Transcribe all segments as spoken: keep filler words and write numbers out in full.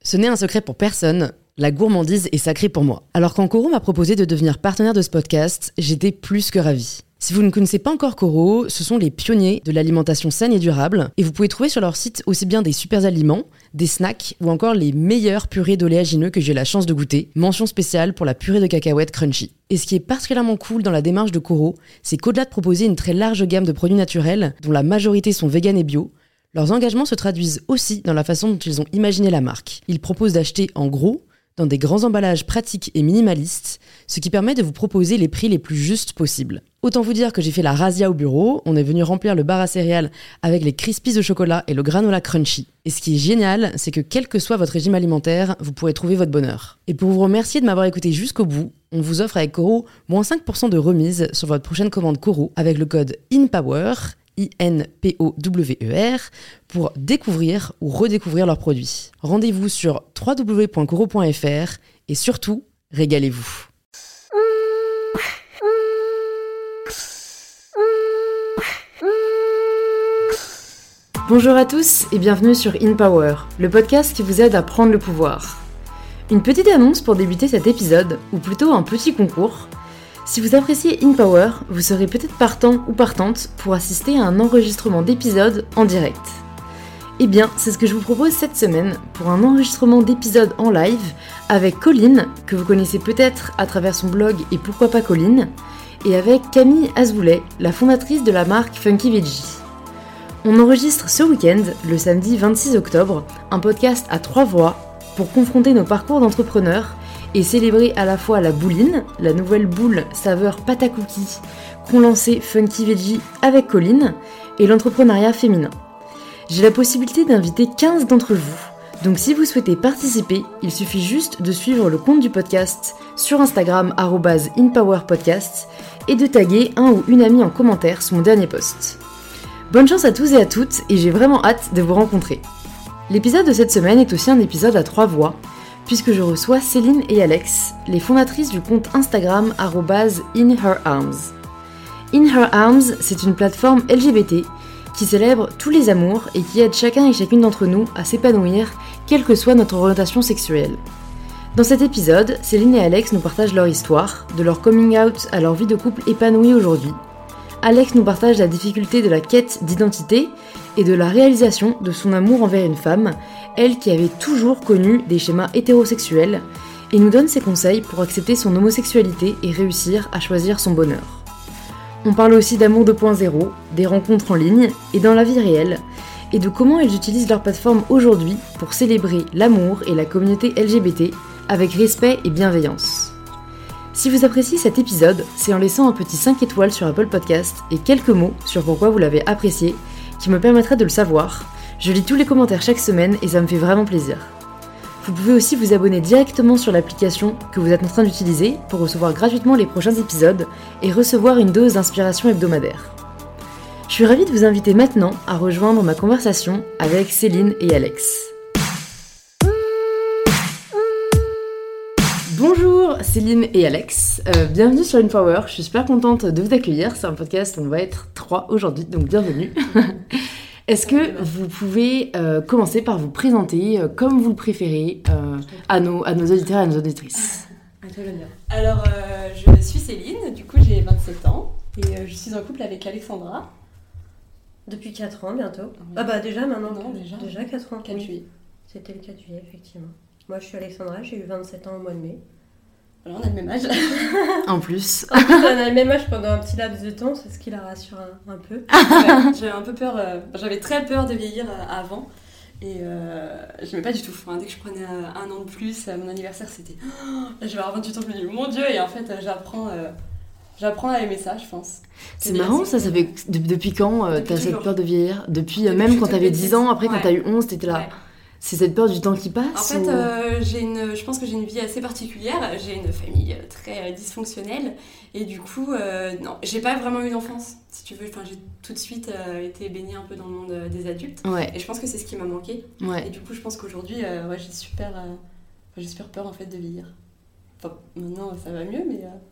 Ce n'est un secret pour personne, la gourmandise est sacrée pour moi. Alors quand Coro m'a proposé de devenir partenaire de ce podcast, j'étais plus que ravie. Si vous ne connaissez pas encore Coro, ce sont les pionniers de l'alimentation saine et durable, et vous pouvez trouver sur leur site aussi bien des super aliments, des snacks ou encore les meilleurs purées d'oléagineux que j'ai eu la chance de goûter. Mention spéciale pour la purée de cacahuètes crunchy. Et ce qui est particulièrement cool dans la démarche de Coro, c'est qu'au-delà de proposer une très large gamme de produits naturels, dont la majorité sont véganes et bio, leurs engagements se traduisent aussi dans la façon dont ils ont imaginé la marque. Ils proposent d'acheter en gros, dans des grands emballages pratiques et minimalistes, ce qui permet de vous proposer les prix les plus justes possibles. Autant vous dire que j'ai fait la razzia au bureau, on est venu remplir le bar à céréales avec les Crispies au chocolat et le granola crunchy. Et ce qui est génial, c'est que quel que soit votre régime alimentaire, vous pourrez trouver votre bonheur. Et pour vous remercier de m'avoir écouté jusqu'au bout, on vous offre avec Coro moins cinq pour cent de remise sur votre prochaine commande Coro avec le code INPOWER, I N P O W E R, pour découvrir ou redécouvrir leurs produits. Rendez-vous sur w w w point coro point f r et surtout, régalez-vous. Bonjour à tous et bienvenue sur InPower, le podcast qui vous aide à prendre le pouvoir. Une petite annonce pour débuter cet épisode, ou plutôt un petit concours. Si vous appréciez InPower, vous serez peut-être partant ou partante pour assister à un enregistrement d'épisode en direct. Eh bien, c'est ce que je vous propose cette semaine pour un enregistrement d'épisode en live avec Colline, que vous connaissez peut-être à travers son blog et pourquoi pas Colline, et avec Camille Azoulay, la fondatrice de la marque Funky Veggie. On enregistre ce week-end, le samedi vingt-six octobre, un podcast à trois voix pour confronter nos parcours d'entrepreneurs et célébrer à la fois la bouline, la nouvelle boule saveur pâte à cookies qu'ont lancé Funky Veggie avec Colline, et l'entrepreneuriat féminin. J'ai la possibilité d'inviter quinze d'entre vous, donc si vous souhaitez participer, il suffit juste de suivre le compte du podcast sur Instagram arobase inpowerpodcast et de taguer un ou une amie en commentaire sous mon dernier post. Bonne chance à tous et à toutes, et j'ai vraiment hâte de vous rencontrer. L'épisode de cette semaine est aussi un épisode à trois voix, puisque je reçois Céline et Alex, les fondatrices du compte Instagram arobase inherarms. In Her Arms, c'est une plateforme L G B T qui célèbre tous les amours et qui aide chacun et chacune d'entre nous à s'épanouir, quelle que soit notre orientation sexuelle. Dans cet épisode, Céline et Alex nous partagent leur histoire, de leur coming out à leur vie de couple épanouie aujourd'hui. Alex nous partage la difficulté de la quête d'identité et de la réalisation de son amour envers une femme, elle qui avait toujours connu des schémas hétérosexuels, et nous donne ses conseils pour accepter son homosexualité et réussir à choisir son bonheur. On parle aussi d'amour deux point zéro, des rencontres en ligne et dans la vie réelle, et de comment elles utilisent leur plateforme aujourd'hui pour célébrer l'amour et la communauté L G B T avec respect et bienveillance. Si vous appréciez cet épisode, c'est en laissant un petit cinq étoiles sur Apple Podcast et quelques mots sur pourquoi vous l'avez apprécié, qui me permettrait de le savoir. Je lis tous les commentaires chaque semaine et ça me fait vraiment plaisir. Vous pouvez aussi vous abonner directement sur l'application que vous êtes en train d'utiliser pour recevoir gratuitement les prochains épisodes et recevoir une dose d'inspiration hebdomadaire. Je suis ravie de vous inviter maintenant à rejoindre ma conversation avec Céline et Alex. Bonjour Céline et Alex, euh, bienvenue sur InPower, je suis super contente de vous accueillir, c'est un podcast où on va être trois aujourd'hui, donc bienvenue. Est-ce que vous pouvez euh, commencer par vous présenter euh, comme vous le préférez euh, à, nos, à nos auditeurs et à nos auditrices? Alors, euh, je suis Céline, du coup j'ai vingt-sept ans et euh, je suis en couple avec Alexandra. Depuis quatre ans bientôt. Ah bah déjà maintenant. Non, déjà. Déjà quatre ans. quatre oui. juillet. C'était le quatre juillet, effectivement. Moi je suis Alexandra, j'ai eu vingt-sept ans au mois de mai. Alors on a le même âge. En plus. En plus, on a le même âge pendant un petit laps de temps, c'est ce qui la rassure un, un peu. Ouais, j'avais un peu peur, euh, j'avais très peur de vieillir euh, avant. Et euh, je n'aimais pas du tout. Enfin, dès que je prenais euh, un an de plus, à mon anniversaire, c'était oh, là, je vais avoir vingt-huit ans, je me dis mon Dieu. Et en fait, euh, j'apprends, euh, j'apprends à aimer ça, je pense. C'est marrant, ça, ça fait de- depuis quand euh, Depuis t'as cette toujours. peur de vieillir? Depuis, euh, Depuis même que quand je t'avais suis dix ans, après petite. quand t'as eu onze, t'étais là. Ouais. C'est cette peur du temps qui passe? En fait, ou... euh, j'ai une, je pense que j'ai une vie assez particulière. J'ai une famille euh, très euh, dysfonctionnelle. Et du coup, euh, non, j'ai pas vraiment eu d'enfance, si tu veux. Enfin, j'ai tout de suite euh, été baignée un peu dans le monde euh, des adultes. Ouais, Et je pense que c'est ce qui m'a manqué. ouais. Et du coup, je pense qu'aujourd'hui, euh, ouais, j'ai super, euh, j'ai super peur en fait de vieillir. Enfin, maintenant, ça va mieux, mais... euh,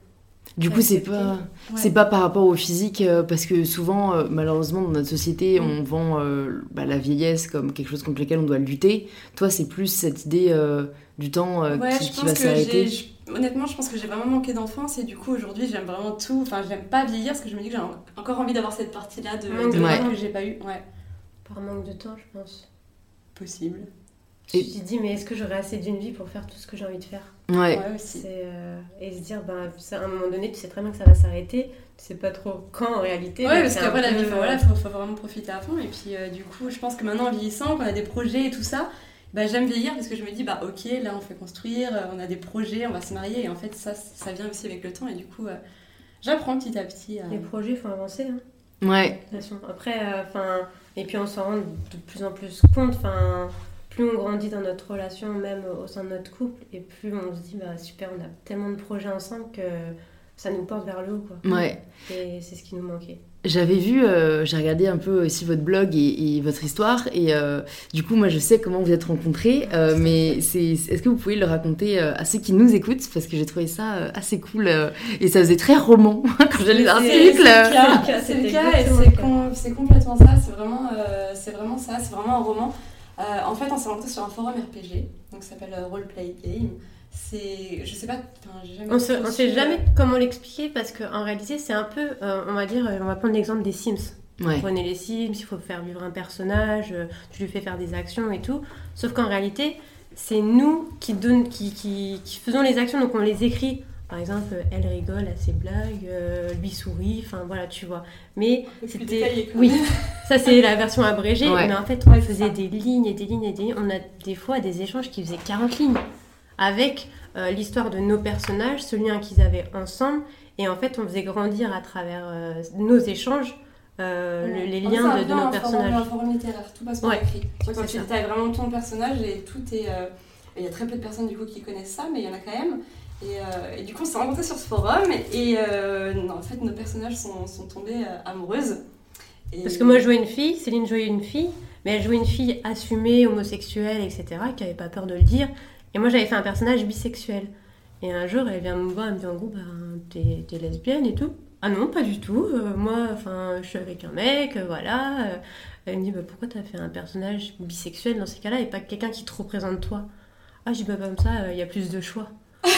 Du coup, c'est Accepter. pas, Ouais. c'est pas par rapport au physique, euh, parce que souvent, euh, malheureusement, dans notre société, Mm. on vend euh, bah, la vieillesse comme quelque chose contre lequel on doit lutter. Toi, c'est plus cette idée euh, du temps euh, Ouais, qui, je qui pense va que s'arrêter. j'ai. je- Honnêtement, je pense que j'ai vraiment manqué d'enfance et du coup, aujourd'hui, j'aime vraiment tout. Enfin, j'aime pas vieillir parce que je me dis que j'ai en- encore envie d'avoir cette partie-là de, Manque de de moi temps. que j'ai pas eu. Ouais, Par manque de temps, je pense. possible. Je Et- me suis dit, mais est-ce que j'aurai assez d'une vie pour faire tout ce que j'ai envie de faire? Ouais. Ouais, aussi. C'est, euh, et se dire, ben, ça, à un moment donné, tu sais très bien que ça va s'arrêter. Tu sais pas trop quand en réalité. Ouais, mais parce c'est qu'après, un la peu, vie, enfin, euh, voilà, faut, faut vraiment profiter à fond. Et puis, euh, du coup, je pense que maintenant, en vieillissant, quand on a des projets et tout ça, bah, j'aime vieillir parce que je me dis, bah, ok, là, on fait construire, euh, on a des projets, on va se marier. Et en fait, ça, ça vient aussi avec le temps. Et du coup, euh, j'apprends petit à petit. à- Les projets, il faut avancer. Hein. Ouais. De toute façon. Après, enfin, et puis on s'en rend de plus en plus compte. Enfin, plus on grandit dans notre relation, même au sein de notre couple, et plus on se dit, bah super, on a tellement de projets ensemble que ça nous porte vers le haut, quoi. Ouais. Et c'est ce qui nous manquait. J'avais vu, euh, j'ai regardé un peu aussi votre blog et, et votre histoire, et euh, du coup, moi, je sais comment vous êtes rencontrés, euh, mais c'est, est-ce que vous pouvez le raconter euh, à ceux qui nous écoutent, parce que j'ai trouvé ça euh, assez cool, euh, et ça faisait très roman quand j'allais C'est- l'article. C'est le cas, C'est le cas, c'est le c'est cas et exactement c'est le cas. com- c'est complètement ça, c'est vraiment, euh, c'est vraiment ça, c'est vraiment un roman. Euh, en fait, on s'est rencontrés sur un forum R P G, donc ça s'appelle euh, Roleplay Game. C'est, je sais pas, enfin, j'ai jamais. On se, on reçu, sait euh, jamais comment l'expliquer parce qu'en réalité, c'est un peu, euh, on va dire, euh, on va prendre l'exemple des Sims. Ouais. Vous prenez les Sims, il faut faire vivre un personnage, euh, tu lui fais faire des actions et tout. Sauf qu'en réalité, c'est nous qui, donne, qui, qui, qui faisons les actions, donc on les écrit. Par exemple, elle rigole à ses blagues, euh, lui sourit, enfin voilà, tu vois. Mais un peu plus c'était. détaillé, quoi. Oui, ça c'est la version abrégée, Ouais. mais en fait, on Ouais, c'est faisait ça. des lignes et des lignes et des lignes. On a des fois des échanges qui faisaient quarante lignes avec euh, l'histoire de nos personnages, ce lien qu'ils avaient ensemble. Et en fait, on faisait grandir à travers euh, nos échanges euh, le- les En fait, liens c'est de, de un peu nos un forum- personnages. un forum littéraire, tout passe par Ouais, écrit. Donc, c'est tu ça. détailles vraiment ton personnage et tout est. euh, Il y a très peu de personnes du coup qui connaissent ça, mais il y en a quand même. Et, euh, et du coup, on s'est rencontrés sur ce forum et euh, non, en fait, nos personnages sont, sont tombés euh, amoureuses. Et- Parce que moi, je jouais une fille, Céline jouait une fille, mais elle jouait une fille assumée, homosexuelle, et cetera, qui avait pas peur de le dire. Et moi, j'avais fait un personnage bisexuel. Et un jour, elle vient me voir, elle me dit en gros, ben, t'es, t'es lesbienne et tout. Ah non, pas du tout. Euh, moi, enfin, je suis avec un mec, euh, voilà. Euh, elle me dit, bah, pourquoi t'as fait un personnage bisexuel dans ces cas-là et pas quelqu'un qui te représente toi? Ah, je dis, bah, comme ça, il y a plus de choix.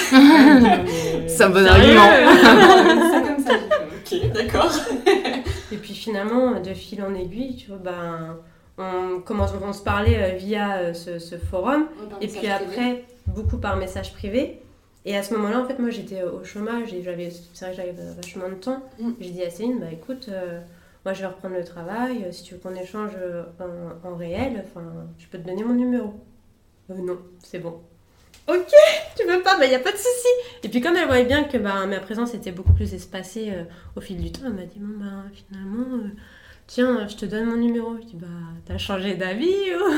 C'est un bon Sérieux argument. ça comme ça, j'ai fait, ok, d'accord. Et puis finalement, de fil en aiguille, tu vois, ben, on commence on se parlait euh, via euh, ce, ce forum. Et puis après, beaucoup par message privé. Et à ce moment-là, en fait, moi, j'étais au chômage et j'avais, c'est vrai que j'avais vachement de temps. Mm. J'ai dit à Céline, bah écoute, euh, moi, je vais reprendre le travail. Si tu veux qu'on échange euh, en, en réel, enfin, je peux te donner mon numéro. Euh, non, c'est bon. Ok, tu veux pas, bah il y a pas de souci. Et puis comme elle voyait bien que bah, ma présence était beaucoup plus espacée euh, au fil du temps, elle m'a dit, bon, bah finalement, euh, tiens, je te donne mon numéro. Je dis, bah t'as changé d'avis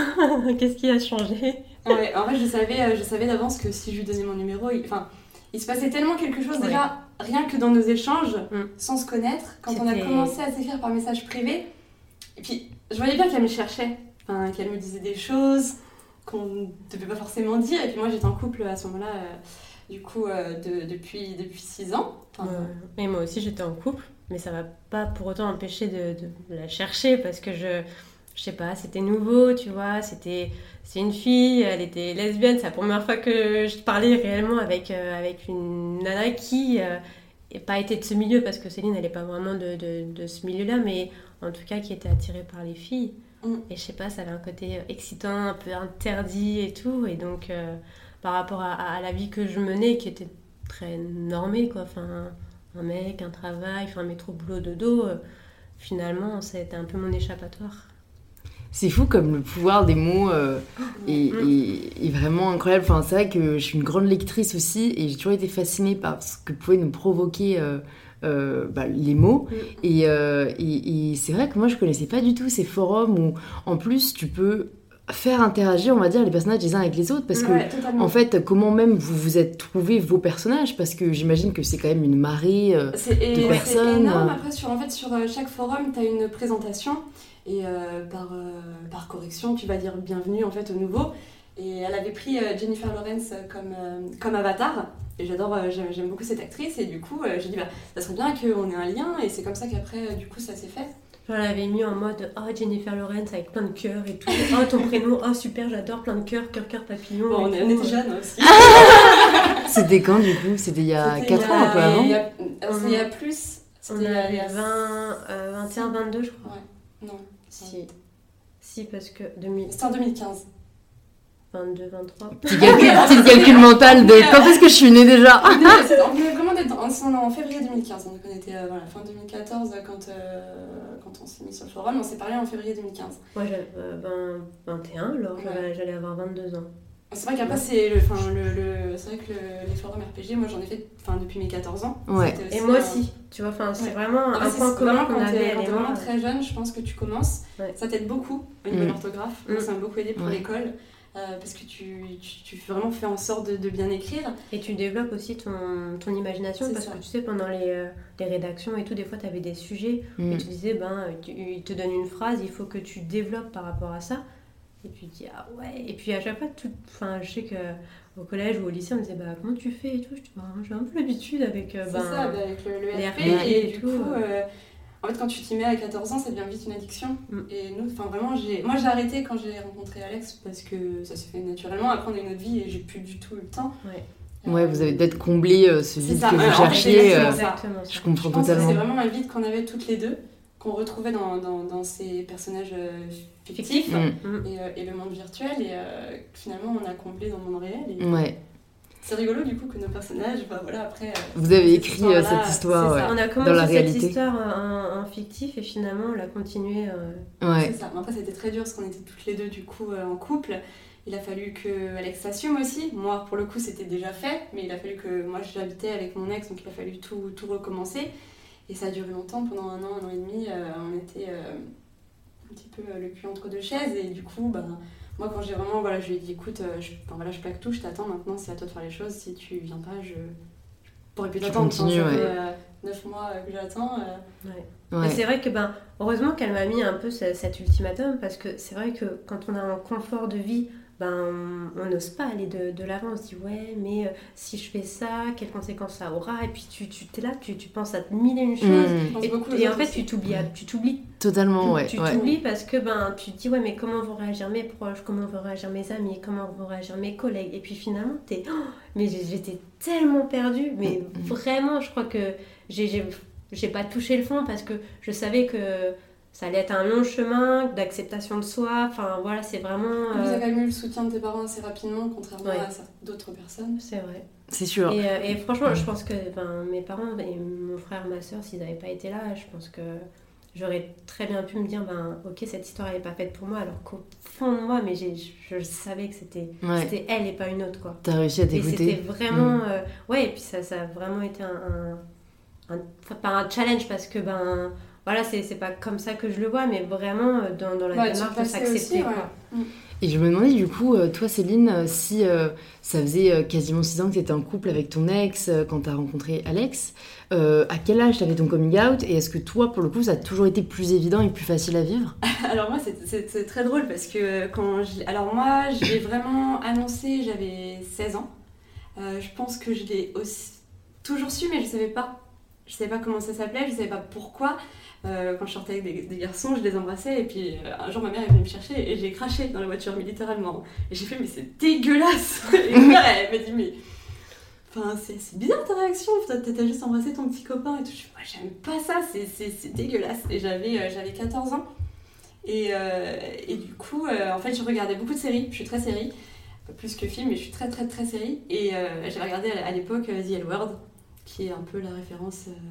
ou qu'est-ce qui a changé? Ouais, en fait, je savais, euh, je savais d'avance que si je lui donnais mon numéro, il, enfin, il se passait tellement quelque chose Ouais. déjà, rien que dans nos échanges, Mm. sans se connaître, quand on a C'était- commencé à s'écrire par message privé. Et puis, je voyais bien qu'elle me cherchait, enfin, qu'elle me disait des choses qu'on ne devait pas forcément dire. Et puis moi, j'étais en couple à ce moment-là, euh, du coup, euh, de, depuis, depuis six ans. Enfin, Ouais. Et moi aussi, j'étais en couple, mais ça m'a pas pour autant empêché de, de la chercher parce que je, je sais pas, c'était nouveau, tu vois, c'était, c'est une fille, elle était lesbienne, c'est la première fois que je parlais réellement avec, euh, avec une nana qui n'a pas été de ce milieu parce que Céline, elle est pas vraiment de, de, de ce milieu-là, mais en tout cas qui était attirée par les filles. Mm. Et je sais pas, ça avait un côté excitant, un peu interdit et tout, et donc euh, par rapport à, à la vie que je menais, qui était très normée, quoi, enfin, un mec, un travail, enfin, métro, boulot, dodo, euh, finalement, ça a été un peu mon échappatoire. C'est fou comme le pouvoir des mots euh, est, Mm. est- est vraiment incroyable. Enfin, c'est vrai que je suis une grande lectrice aussi et j'ai toujours été fascinée par ce que pouvaient nous provoquer euh, euh, bah, les mots. Mm. Et, euh, et, et c'est vrai que moi, je connaissais pas du tout ces forums où, en plus, tu peux faire interagir, on va dire, les personnages les uns avec les autres. Parce que, ouais, totalement. en fait, comment même vous vous êtes trouvés vos personnages? Parce que j'imagine que c'est quand même une marée. euh, C'est et- de c'est personnes, énorme. euh. Après, sur, en fait, sur euh, chaque forum, tu as une présentation et euh, par, euh, par correction, tu vas dire bienvenue en fait au nouveau. Et elle avait pris euh, Jennifer Lawrence comme, euh, comme avatar. Et j'adore, euh, j'aime, j'aime beaucoup cette actrice. Et du coup, euh, j'ai dit, bah, ça serait bien qu'on ait un lien. Et c'est comme ça qu'après, euh, du coup, ça s'est fait. Genre, elle avait mis en mode oh Jennifer Lawrence avec plein de cœurs et tout. Oh ton prénom, oh super, j'adore, plein de cœurs, cœur, cœur, papillon. Bon, on, et est, on tout. était jeunes aussi. C'était quand du coup? C'était il y a C'était quatre il y a- ans, un peu avant? Il y a, alors, c'est il y a plus. On C'était il y a- il y avait a- vingt, euh, vingt et un, vingt-deux, je crois. Ouais, non. Si. Si, parce que deux mille C'était en deux mille quinze. vingt-deux, vingt-trois. Petit calcul, petit calcul mental de quand est-ce que je suis née déjà? On venait- on venait vraiment d'être en, en, en février deux mille quinze, donc on était euh, voilà, fin deux mille quatorze quand, euh, quand on s'est mis sur le forum, on s'est parlé en février deux mille quinze. Moi j'avais euh, vingt, vingt et un, alors Ouais. j'allais, j'allais avoir vingt-deux ans. C'est vrai qu'après, c'est, le, enfin, le, le, c'est vrai que le, les forums R P G, moi j'en ai fait enfin, depuis mes quatorze ans. Ouais. C'était Et aussi moi un- aussi, tu vois, enfin, c'est Ouais. vraiment En fait, un c'est point commun vraiment qu'on quand avait. t'es, elle quand et t'es moi. vraiment très jeune, je pense que tu commences. Ouais. Ça t'aide beaucoup au niveau Mm. de l'orthographe. Moi, Mm. ça m'a beaucoup aidé pour Ouais. l'école. Euh, parce que tu, tu, tu vraiment fais en sorte de, de bien écrire. Et tu développes aussi ton, ton imagination C'est parce ça. que tu sais, pendant les, euh, les rédactions et tout, des fois tu avais des sujets Mm. et tu disais, ben, tu, il te donne une phrase, il faut que tu développes par rapport à ça. Et puis tu dis, ah ouais. Et puis à chaque fois, tout, enfin, je sais qu'au collège ou au lycée, on me disait, bah, comment tu fais et tout. Je dis, bah, j'ai un peu l'habitude avec. euh, C'est ben, ça, bah, avec le, le les R P. R P G Et, et du tout, coup, ouais. euh, en fait, quand tu t'y mets à quatorze ans, ça devient vite une addiction. Mm. Et nous, enfin vraiment, j'ai... moi j'ai arrêté quand j'ai rencontré Alex parce que ça s'est fait naturellement. Après, on a une autre vie et j'ai plus du tout eu le temps. Ouais. Ouais, vous avez peut-être comblé euh, ce C'est vide ça. que vous Alors, en fait, cherchiez. c'est euh, Exactement ça. Je Je comprends pense que c'est totalement. vraiment un vide qu'on avait toutes les deux, qu'on retrouvait dans, dans, dans ces personnages euh, fictifs Fictif. Mm. Mm. et, euh, et le monde virtuel. Et euh, finalement, on a comblé dans le monde réel. Et Ouais. c'est rigolo du coup que nos personnages, bah, voilà, après. euh, Vous avez cette écrit euh, histoire-là, cette histoire, c'est ouais. ça. On a Dans commencé la cette réalité. histoire en, en fictif et finalement on l'a continué. euh, Ouais. C'est ça. Mais après, c'était très dur parce qu'on était toutes les deux du coup euh, en couple. Il a fallu que Alex s'assume aussi. Moi, pour le coup, c'était déjà fait, mais il a fallu que moi j'habitais avec mon ex, donc il a fallu tout, tout recommencer. Et ça a duré longtemps, pendant un an, un an et demi, euh, on était euh, un petit peu euh, le cul entre deux chaises. Et du coup, bah, moi, quand j'ai vraiment, voilà, je lui ai dit, écoute, euh, je, enfin, voilà, je plaque tout, je t'attends maintenant, c'est à toi de faire les choses. Si tu viens pas, je, je pourrais plus Tu t'attendre. continues, Enfin, ça ouais. fait euh, neuf mois euh, que j'attends. euh, ouais. Ouais. Et c'est vrai que ben, heureusement qu'elle m'a mis un peu ce- cet ultimatum parce que c'est vrai que quand on a un confort de vie, ben, on n'ose pas aller de, de l'avant. On se dit ouais, mais euh, si je fais ça, quelles conséquences ça aura? Et puis tu, tu es là, tu, tu penses à mille et une choses. Mm. je pense Et, beaucoup aux et en autres fait, aussi. tu t'oublies, tu t'oublies, Totalement, ouais. tu ouais. t'oublies parce que ben, tu te dis ouais, mais comment vont réagir mes proches, comment vont réagir mes amis, comment vont réagir mes collègues. Et puis finalement, t'es, oh, mais j'ai- j'étais tellement perdue, mais Mm. vraiment, je crois que j'ai, j'ai, j'ai pas touché le fond parce que je savais que ça allait être un long chemin d'acceptation de soi. Enfin voilà, c'est vraiment. Vous euh, avez quand même eu le soutien de tes parents assez rapidement, contrairement Ouais. à cer- d'autres personnes. C'est vrai. C'est sûr. Et, euh, et franchement, je pense que ben, mes parents et mon frère, ma soeur, s'ils n'avaient pas été là, je pense que j'aurais très bien pu me dire ben, ok, cette histoire elle n'est pas faite pour moi, alors qu'au fond de moi, mais j'ai, je, je savais que c'était, Ouais. c'était elle et pas une autre. Quoi. T'as réussi à Et c'était t'écouter. vraiment. Mm. euh, ouais, et puis ça, ça a vraiment été un. un, un enfin, pas un challenge parce que ben. Voilà, c'est, c'est pas comme ça que je le vois, mais vraiment euh, dans, dans la Ouais, tu démarche de passais s'accepter. aussi, ouais. Quoi. Et je me demandais du coup, euh, toi Céline, euh, si euh, ça faisait euh, quasiment six ans que tu étais en couple avec ton ex euh, quand tu as rencontré Alex, euh, à quel âge tu avais ton coming out et est-ce que toi, pour le coup, ça a toujours été plus évident et plus facile à vivre? Alors moi, c'est, c'est, c'est très drôle parce que quand je... Alors moi, je l'ai vraiment annoncé, j'avais seize ans. Euh, je pense que je l'ai aussi toujours su, mais je savais pas. Je savais pas comment ça s'appelait, je savais pas pourquoi. Euh, quand je sortais avec des, des garçons, je les embrassais et puis euh, un jour ma mère est venue me chercher et j'ai craché dans la voiture, mais littéralement. Et j'ai fait mais c'est dégueulasse. Et ma mère elle m'a dit mais enfin c'est, c'est bizarre ta réaction, t'as, t'as juste embrassé ton petit copain et tout. Je fais, moi j'aime pas ça, c'est, c'est, c'est dégueulasse. Et j'avais, euh, j'avais quatorze ans et, euh, et du coup euh, en fait je regardais beaucoup de séries, je suis très série, pas plus que film mais je suis très très très série et euh, j'avais regardé à, à l'époque euh, The L Word qui est un peu la référence. Euh,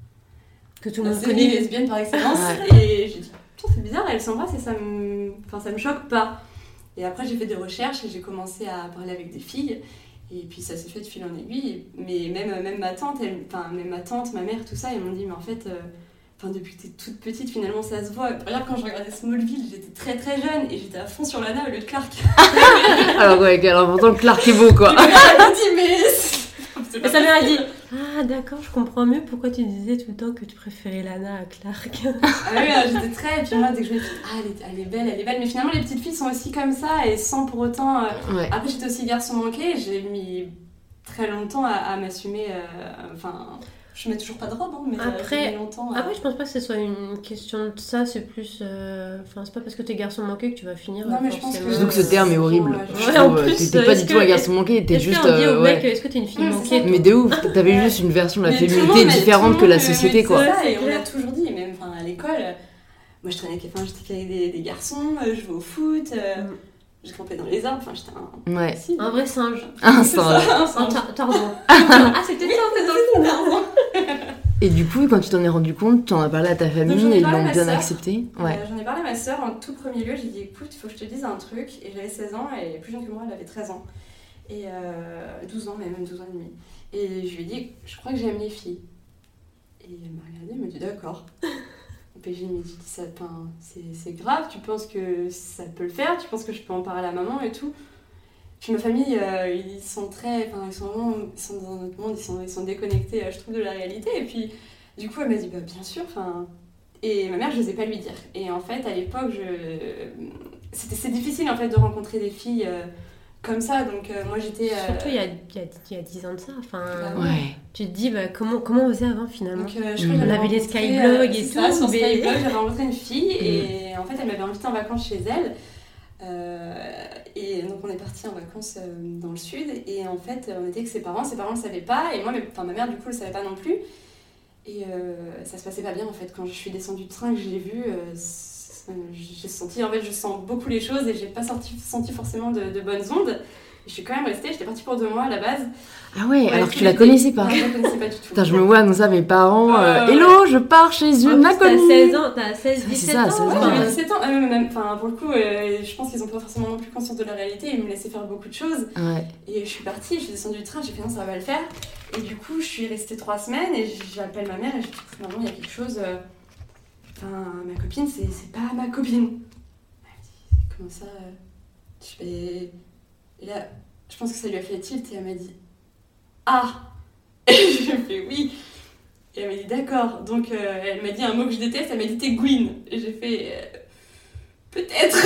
Que tout le la monde série connaît. lesbienne par excellence. Ouais. Et j'ai dit, putain, c'est bizarre, elles s'embrassent et ça me... Enfin, ça me choque pas. Et après, j'ai fait des recherches et j'ai commencé à parler avec des filles. Et puis, ça s'est fait de fil en aiguille. Mais même, même ma tante, elle... enfin, même ma tante, ma mère, tout ça, ils m'ont dit, mais en fait, euh... enfin, depuis que t'es toute petite, finalement, ça se voit. Regarde, quand je regardais Smallville, j'étais très très jeune et j'étais à fond sur Lana au lieu de Clark. Alors ouais, alors pourtant Clark est beau quoi. Et ma mère, elle m'a dit, mais... Et sa mère a dit ah Ah d'accord, je comprends mieux pourquoi tu disais tout le temps que tu préférais Lana à Clark. Ah oui, euh, j'étais très... Et puis moi, dès que je me dis, ah, elle est, elle est belle, elle est belle. Mais finalement, les petites filles sont aussi comme ça et sans pour autant... Euh... Ouais. Après, j'étais aussi garçon manqué. J'ai mis très longtemps à, à m'assumer. Enfin... Euh... Je mets toujours pas de robe, hein, mais après, euh, longtemps. Euh... Après, je pense pas que ce soit une question de ça, c'est plus. Enfin, euh... c'est pas parce que t'es garçon manqué que tu vas finir. Non, mais je pense que. Surtout que ce terme est horrible. Ouais, en plus, t'es pas du tout un garçon manqué, t'es juste. Euh, au mec, ouais. Est-ce que t'es une fille ouais, manquée? Mais de ouf, t'avais ouais. juste une version de la mais féminité différente que la société, quoi. C'est ça, et on l'a toujours dit, même à l'école. Moi, je traînais avec, enfin, j'étais avec des, des garçons, je jouais au foot. Euh... Mm. Je grimpais dans les arbres, enfin j'étais un... Ouais. Si, un vrai singe. Un singe. Un singe. Tarzan. Ah, c'était ça, c'était dans le Tarzan. Et du coup, quand tu t'en es rendu compte, tu en as parlé à ta famille et ils l'ont bien accepté. Ouais. Euh, j'en ai parlé à ma sœur en tout premier lieu. J'ai dit écoute, il faut que je te dise un truc. Et j'avais seize ans, et elle est plus jeune que moi, elle avait treize ans. Et euh, douze ans, mais même douze ans et demi. Et je lui ai dit je crois que j'aime les filles. Et elle m'a regardée, elle m'a dit d'accord. Et puis je lui ai dit ça, c'est, c'est grave, tu penses que ça peut le faire, tu penses que je peux en parler à la maman et tout. Puis ma famille, euh, ils sont très, enfin ils sont vraiment, ils sont dans notre monde, ils sont, ils sont déconnectés, je trouve, de la réalité. Et puis du coup elle m'a dit bah bien sûr, enfin. Et ma mère, je n'osais pas lui dire. Et en fait à l'époque, je, c'était c'est difficile en fait de rencontrer des filles euh, comme ça. Donc euh, moi j'étais. Euh... Surtout il y a, il y a, il y a dix ans de ça. Enfin. Bah, ouais. Tu te dis bah, comment comment on faisait avant finalement. Donc, euh, je crois mmh. que On avait les skyblogs et ça, tout. Sur mais... Skyblog, j'avais rencontré une fille mmh. et en fait elle m'avait invitée en vacances chez elle. Euh, et donc on est partis en vacances euh, dans le sud et en fait on était avec ses parents, ses parents ne le savaient pas et moi, mais, enfin ma mère du coup ne le savait pas non plus et euh, ça se passait pas bien en fait. Quand je suis descendue de train, que je l'ai vu, euh, j'ai senti, en fait je sens beaucoup les choses et j'ai pas sorti, senti forcément de, de bonnes ondes. Je suis quand même restée, j'étais partie pour deux mois à la base. Ah ouais, ouais alors que tu la connaissais pas. Non, je la connaissais pas du tout. Putain, je me vois annoncer à mes parents euh, euh, Hello, je pars chez une inconnue. T'as seize ans, t'as seize, dix-sept ans. C'est ça, ouais, ans. J'avais dix-sept ans. Ah, même, enfin, pour le coup, euh, je pense qu'ils ont pas forcément non plus conscience de la réalité. Ils me laissaient faire beaucoup de choses. Ouais. Et je suis partie, je suis descendue du train, j'ai fait non, ça va le faire. Et du coup, je suis restée trois semaines et j'appelle ma mère et je dis maman, il y a quelque chose. Euh... Enfin, ma copine, c'est, c'est pas ma copine. Elle me dit comment ça euh... Je fais. Et là. Je pense que ça lui a fait tilt et elle m'a dit ah. Et je lui ai fait oui. Et elle m'a dit d'accord. Donc euh, elle m'a dit un mot que je déteste, elle m'a dit t'es Gwyn. Et j'ai fait euh, peut-être.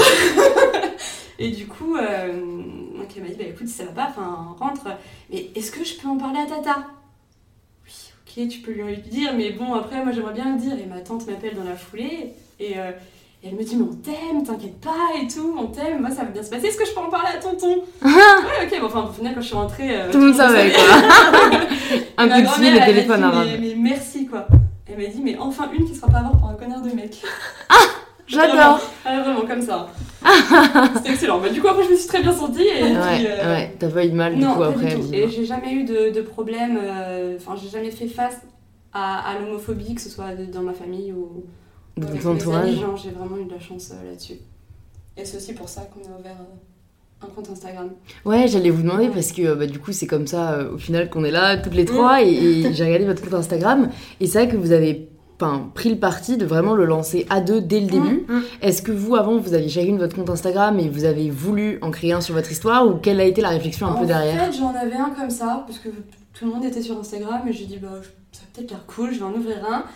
Et du coup, euh, donc elle m'a dit bah écoute, si ça va pas, enfin rentre. Mais est-ce que je peux en parler à Tata? Oui, ok, tu peux lui dire, mais bon après moi j'aimerais bien le dire. Et ma tante m'appelle dans la foulée et euh, Et elle me dit, mais on t'aime, t'inquiète pas et tout, on t'aime, moi ça va bien se passer, est-ce que je peux en parler à tonton? Ouais, ok, bon, enfin, au final, quand je suis rentrée. Euh, tout le monde savait, quoi. Un coup de fil, le téléphone arabe. Mais, mais merci, quoi. Elle m'a dit, mais enfin une qui sera pas avoir pour un connard de mec. Ah, j'adore. Ah, vraiment, comme ça. C'était excellent. Bah, du coup, après, je me suis très bien sentie. Et ouais, puis, euh... ouais, t'as pas eu de mal, du non, coup, pas après. Du tout. Et j'ai jamais eu de, de problème, enfin, euh, j'ai jamais fait face à, à l'homophobie, que ce soit dans ma famille ou. De Avec ton entourage. Amis, genre, j'ai vraiment eu de la chance euh, là-dessus. Et c'est aussi pour ça qu'on a ouvert euh, un compte Instagram. Ouais, j'allais vous demander parce que bah, du coup, c'est comme ça euh, au final qu'on est là toutes les trois. Mmh. Et, et j'ai regardé votre compte Instagram. Et c'est vrai que vous avez pris le parti de vraiment le lancer à deux dès le début. Mmh. Est-ce que vous, avant, vous aviez chacune votre compte Instagram et vous avez voulu en créer un sur votre histoire ou quelle a été la réflexion un en peu derrière? En fait, j'en avais un comme ça parce que tout le monde était sur Instagram et j'ai dit, bah, ça a peut-être l'air cool, je vais en ouvrir un.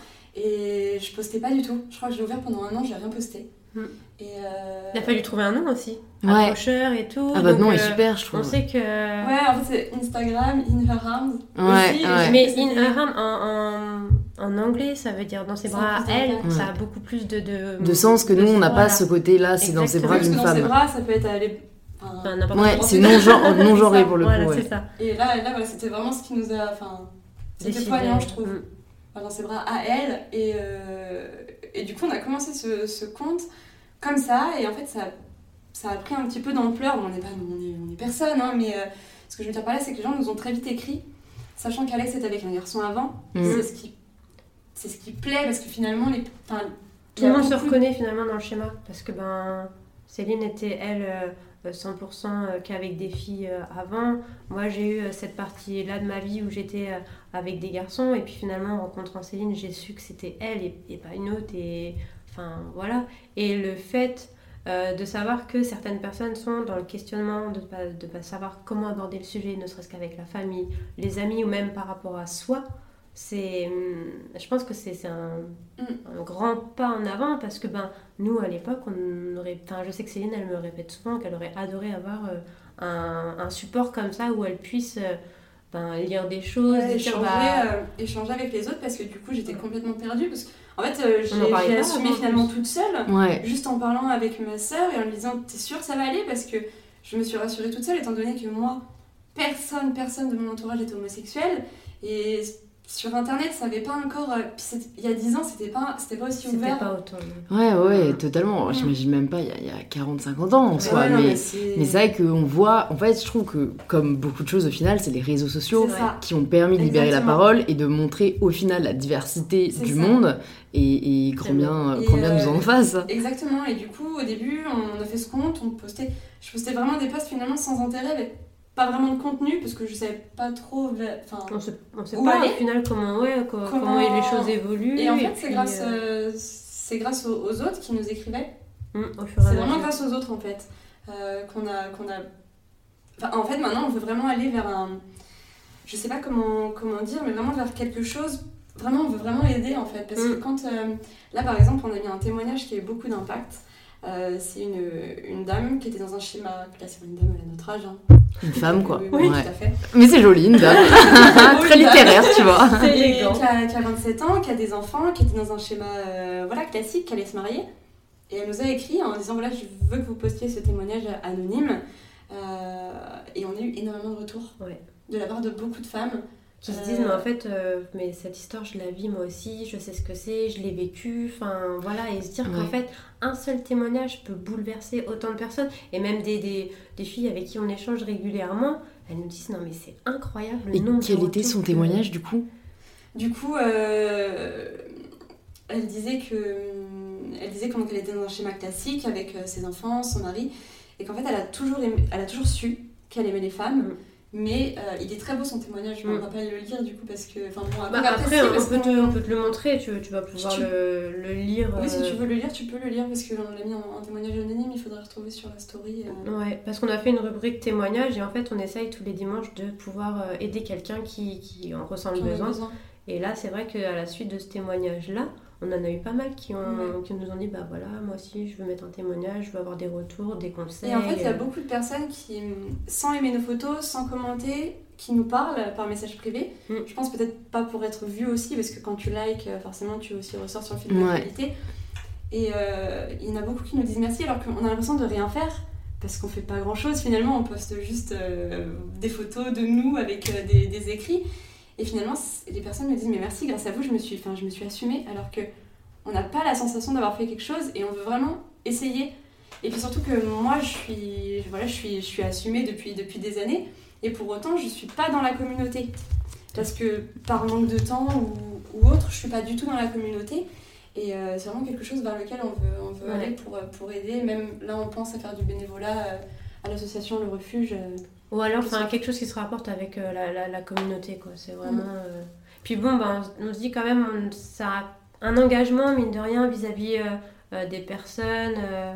Et je postais pas du tout. Je crois que je l'ai ouvert pendant un an, j'ai rien posté. Mm. Et euh... Il a fallu trouver un nom aussi. Ouais. Accrocheur et tout. Ah, votre nom euh, est super, je trouve. On sait que. Ouais, en fait, c'est Instagram, In Her Arms. Ouais, aussi, ouais. Mais In Her Arms en, en, en anglais, ça veut dire dans ses bras à elle. Ouais. Ça a beaucoup plus de. De, de sens que de nous, on n'a voilà. pas ce côté-là, c'est Exactement. dans ses bras Parce d'une que femme. dans ses bras, ça peut être aller. Enfin, enfin, n'importe ouais, quoi. c'est non-genré non non pour le voilà, coup. Ouais. C'est ça. Et là, là voilà, c'était vraiment ce qui nous a. Enfin, c'était Décidé. poignant, je trouve. Mm. Dans ses bras à elle et, euh, et du coup on a commencé ce, ce compte comme ça et en fait ça, ça a pris un petit peu d'ampleur. On n'est pas on est, on est personne hein, mais euh, ce que je veux dire par là c'est que les gens nous ont très vite écrit sachant qu'Alex était avec un garçon avant. mmh. c'est, ce qui, c'est ce qui plaît parce que finalement les, tout le monde se reconnaît finalement dans le schéma parce que ben, Céline était elle euh, cent pour cent qu'avec des filles euh, avant. Moi j'ai eu euh, cette partie là de ma vie où j'étais euh, avec des garçons et puis finalement en rencontrant Céline j'ai su que c'était elle et, et pas une autre et enfin voilà. Et le fait euh, de savoir que certaines personnes sont dans le questionnement de pas, de pas savoir comment aborder le sujet ne serait-ce qu'avec la famille, les amis ou même par rapport à soi, c'est, je pense que c'est, c'est un, Mm. un grand pas en avant parce que ben, nous, à l'époque, on aurait, enfin, je sais que Céline, elle me répète souvent qu'elle aurait adoré avoir euh, un, un support comme ça où elle puisse euh, ben, lire des choses, Ouais, dire, échanger, bah, euh, échanger avec les autres parce que du coup j'étais Ouais. complètement perdue parce qu'en fait euh, On en j'ai, parlait j'ai pas assumé avant, en finalement plus. toute seule, Ouais. juste en parlant avec ma sœur et en lui disant t'es sûre que ça va aller, parce que je me suis rassurée toute seule étant donné que moi personne personne de mon entourage était homosexuel et sur internet ça avait pas encore, euh, puis c'était- il y a dix ans c'était pas, c'était pas aussi c'était ouvert. pas autant. Ouais, ouais, totalement. Mm. J'imagine même pas il y a, il y a quarante cinquante ans en Ouais, soi. Ouais, non, mais mais c'est... mais c'est vrai qu'on voit, en fait, je trouve que comme beaucoup de choses au final, c'est les réseaux sociaux C'est ça. qui ont permis de libérer Exactement. la parole et de montrer au final la diversité C'est du ça. monde et, et grand C'est bien, Et, grand bien euh, nous en fasse. Exactement, et du coup au début on a fait ce compte, on postait, je postais vraiment des posts finalement sans intérêt avec pas vraiment de contenu parce que je savais pas trop, enfin... On sait, on sait Où pas aller au final comment, ouais, co- Comment- comment les choses évoluent. Et en fait, puis, c'est grâce, euh, euh, c'est grâce aux, aux autres qui nous écrivaient. hum, au fur et à C'est vraiment mesure. grâce aux autres, en fait, euh, qu'on a, qu'on a... Enfin, en fait, maintenant, on veut vraiment aller vers un... Je sais pas comment, comment dire, mais vraiment vers quelque chose... Vraiment, on veut vraiment aider, en fait. Parce que Mm. quand... euh, là, par exemple, on a mis un témoignage qui a eu beaucoup d'impact. Euh, c'est une, une dame qui était dans un schéma classique. Une dame à notre âge, hein. Une femme, quoi. Oui, oui, Ouais. tout à fait. Mais c'est joli, une dame. Très littéraire, tu vois. C'est Et élégant. qui a, qui a vingt-sept ans, qui a des enfants, qui était dans un schéma euh, voilà, classique, qui allait se marier. Et elle nous a écrit en disant voilà, je veux que vous postiez ce témoignage anonyme. Euh, et on a eu énormément de retours Ouais. de la part de beaucoup de femmes. Qui se Euh, disent, mais en fait, euh, mais cette histoire, je la vis moi aussi, je sais ce que c'est, je l'ai vécu, enfin voilà, et se dire qu'en Ouais. fait, un seul témoignage peut bouleverser autant de personnes, et même des, des, des filles avec qui on échange régulièrement, elles nous disent, non mais c'est incroyable le Et nombre quel de était son retours que- témoignage du coup? Du coup, euh, elle disait que elle disait comment elle était dans un schéma classique avec euh, ses enfants, son mari, et qu'en fait, elle a toujours, aimé- elle a toujours su qu'elle aimait les femmes. Mm. Mais euh, il est très beau son témoignage, on Mm. va pas le lire du coup parce que. Enfin, bon, Bah, va après, apprécier on parce peut, te, qu'on- on peut te le montrer, tu, tu vas pouvoir Si tu- le, le lire. Oui, si euh, tu veux le lire, tu peux le lire parce qu'on l'a mis en, en témoignage anonyme, il faudrait retrouver sur la story. euh. Ouais, parce qu'on a fait une rubrique témoignage et en fait on essaye tous les dimanches de pouvoir euh, aider quelqu'un qui, qui en ressent le J'en ai besoin. besoin. Et là c'est vrai qu'à la suite de ce témoignage-là, on en a eu pas mal qui, ont, Ouais. qui nous ont dit bah voilà, moi aussi je veux mettre un témoignage, je veux avoir des retours, des conseils. Et en fait, il y a euh, beaucoup de personnes qui, sans aimer nos photos, sans commenter, qui nous parlent par message privé. Mm. Je pense peut-être pas pour être vu aussi, parce que quand tu likes, euh, forcément, tu aussi ressors sur le fil de Ouais. l'actualité. Et euh, il y en a beaucoup qui nous disent merci, alors qu'on a l'impression de rien faire, parce qu'on fait pas grand-chose. Finalement, on poste juste euh, des photos de nous avec euh, des, des écrits. Et finalement, c- les personnes me disent mais merci, grâce à vous, je me suis, enfin, je me suis assumée, alors que on n'a pas la sensation d'avoir fait quelque chose et on veut vraiment essayer. Et puis surtout que moi, je suis, voilà, je suis, je suis assumée depuis, depuis des années. Et pour autant, je suis pas dans la communauté. Parce que par manque de temps ou, ou autre, je suis pas du tout dans la communauté. Et euh, c'est vraiment quelque chose vers lequel on veut, on veut Ouais. aller pour, pour aider. Même là, on pense à faire du bénévolat euh, à l'association Le Refuge. euh. Ou alors Je enfin, sais. quelque chose qui se rapporte avec euh, la, la, la communauté, quoi. C'est vraiment. euh, Puis bon, ben, on, on se dit quand même, on- ça a un engagement, mine de rien, vis-à-vis euh, euh, des personnes, euh,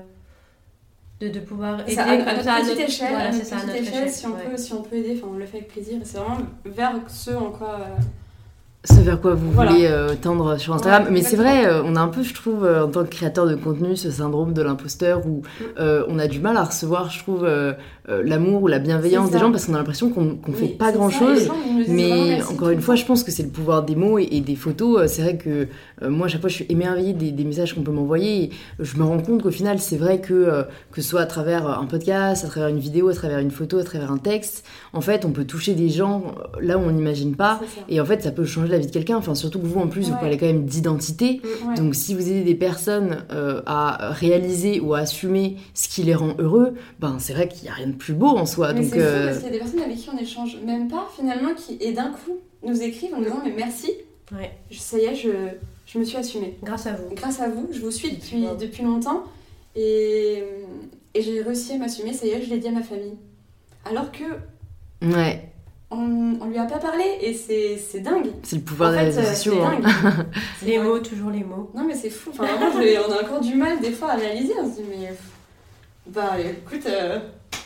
de, de pouvoir aider C'est à, à comme notre ça, à petite notre- échelle, voilà, à c'est notre ça, à petite notre échelle, échelle, si, on ouais. peut, si on peut aider, enfin, on le fait avec plaisir. Et c'est vraiment vers ce en quoi... euh, Ce vers quoi vous Voilà. voulez euh, tendre sur Instagram. Ouais, Mais c'est exactement. vrai, euh, on a un peu, je trouve, euh, en tant que créateur de contenu, ce syndrome de l'imposteur où euh, on a du mal à recevoir, je trouve, euh, euh, l'amour ou la bienveillance C'est des ça. gens parce qu'on a l'impression qu'on qu'on fait oui, pas c'est ça, grand et les chose. gens, ils nous disent vraiment Mais merci encore tout une le fois, temps. je pense que c'est le pouvoir des mots et, et des photos. Euh, C'est vrai que euh, moi, à chaque fois, je suis émerveillée des, des messages qu'on peut m'envoyer. Et je me rends compte qu'au final, c'est vrai que, euh, que ce soit à travers un podcast, à travers une vidéo, à travers une photo, à travers un texte, en fait, on peut toucher des gens euh, là où on n'imagine pas. C'est ça. Et en fait, ça peut changer la vie de quelqu'un. Enfin, surtout que vous, en plus, vous Ouais. parlez quand même d'identité. Ouais. Donc, si vous aidez des personnes euh, à réaliser ou à assumer ce qui les rend heureux, ben, c'est vrai qu'il n'y a rien de plus beau en soi. Mais Donc, c'est fou euh, parce qu'il y a des personnes avec qui on échange même pas finalement qui, et d'un coup, nous écrivent en nous disant mais merci, Ouais, je- ça y est, je, je me suis assumée. grâce à vous. Grâce à vous, je vous suis C'est depuis, super. depuis longtemps et, et j'ai réussi à m'assumer, ça y est, je l'ai dit à ma famille. Alors que ouais, on, on lui a pas parlé et c'est, c'est dingue. c'est le pouvoir En des fait, réseaux euh, sociaux. c'est hein. dingue. C'est Les vrai. mots, toujours les mots. Non mais c'est fou, enfin vraiment je- on a encore du mal des fois à réaliser, on se dit mais bah écoute, euh,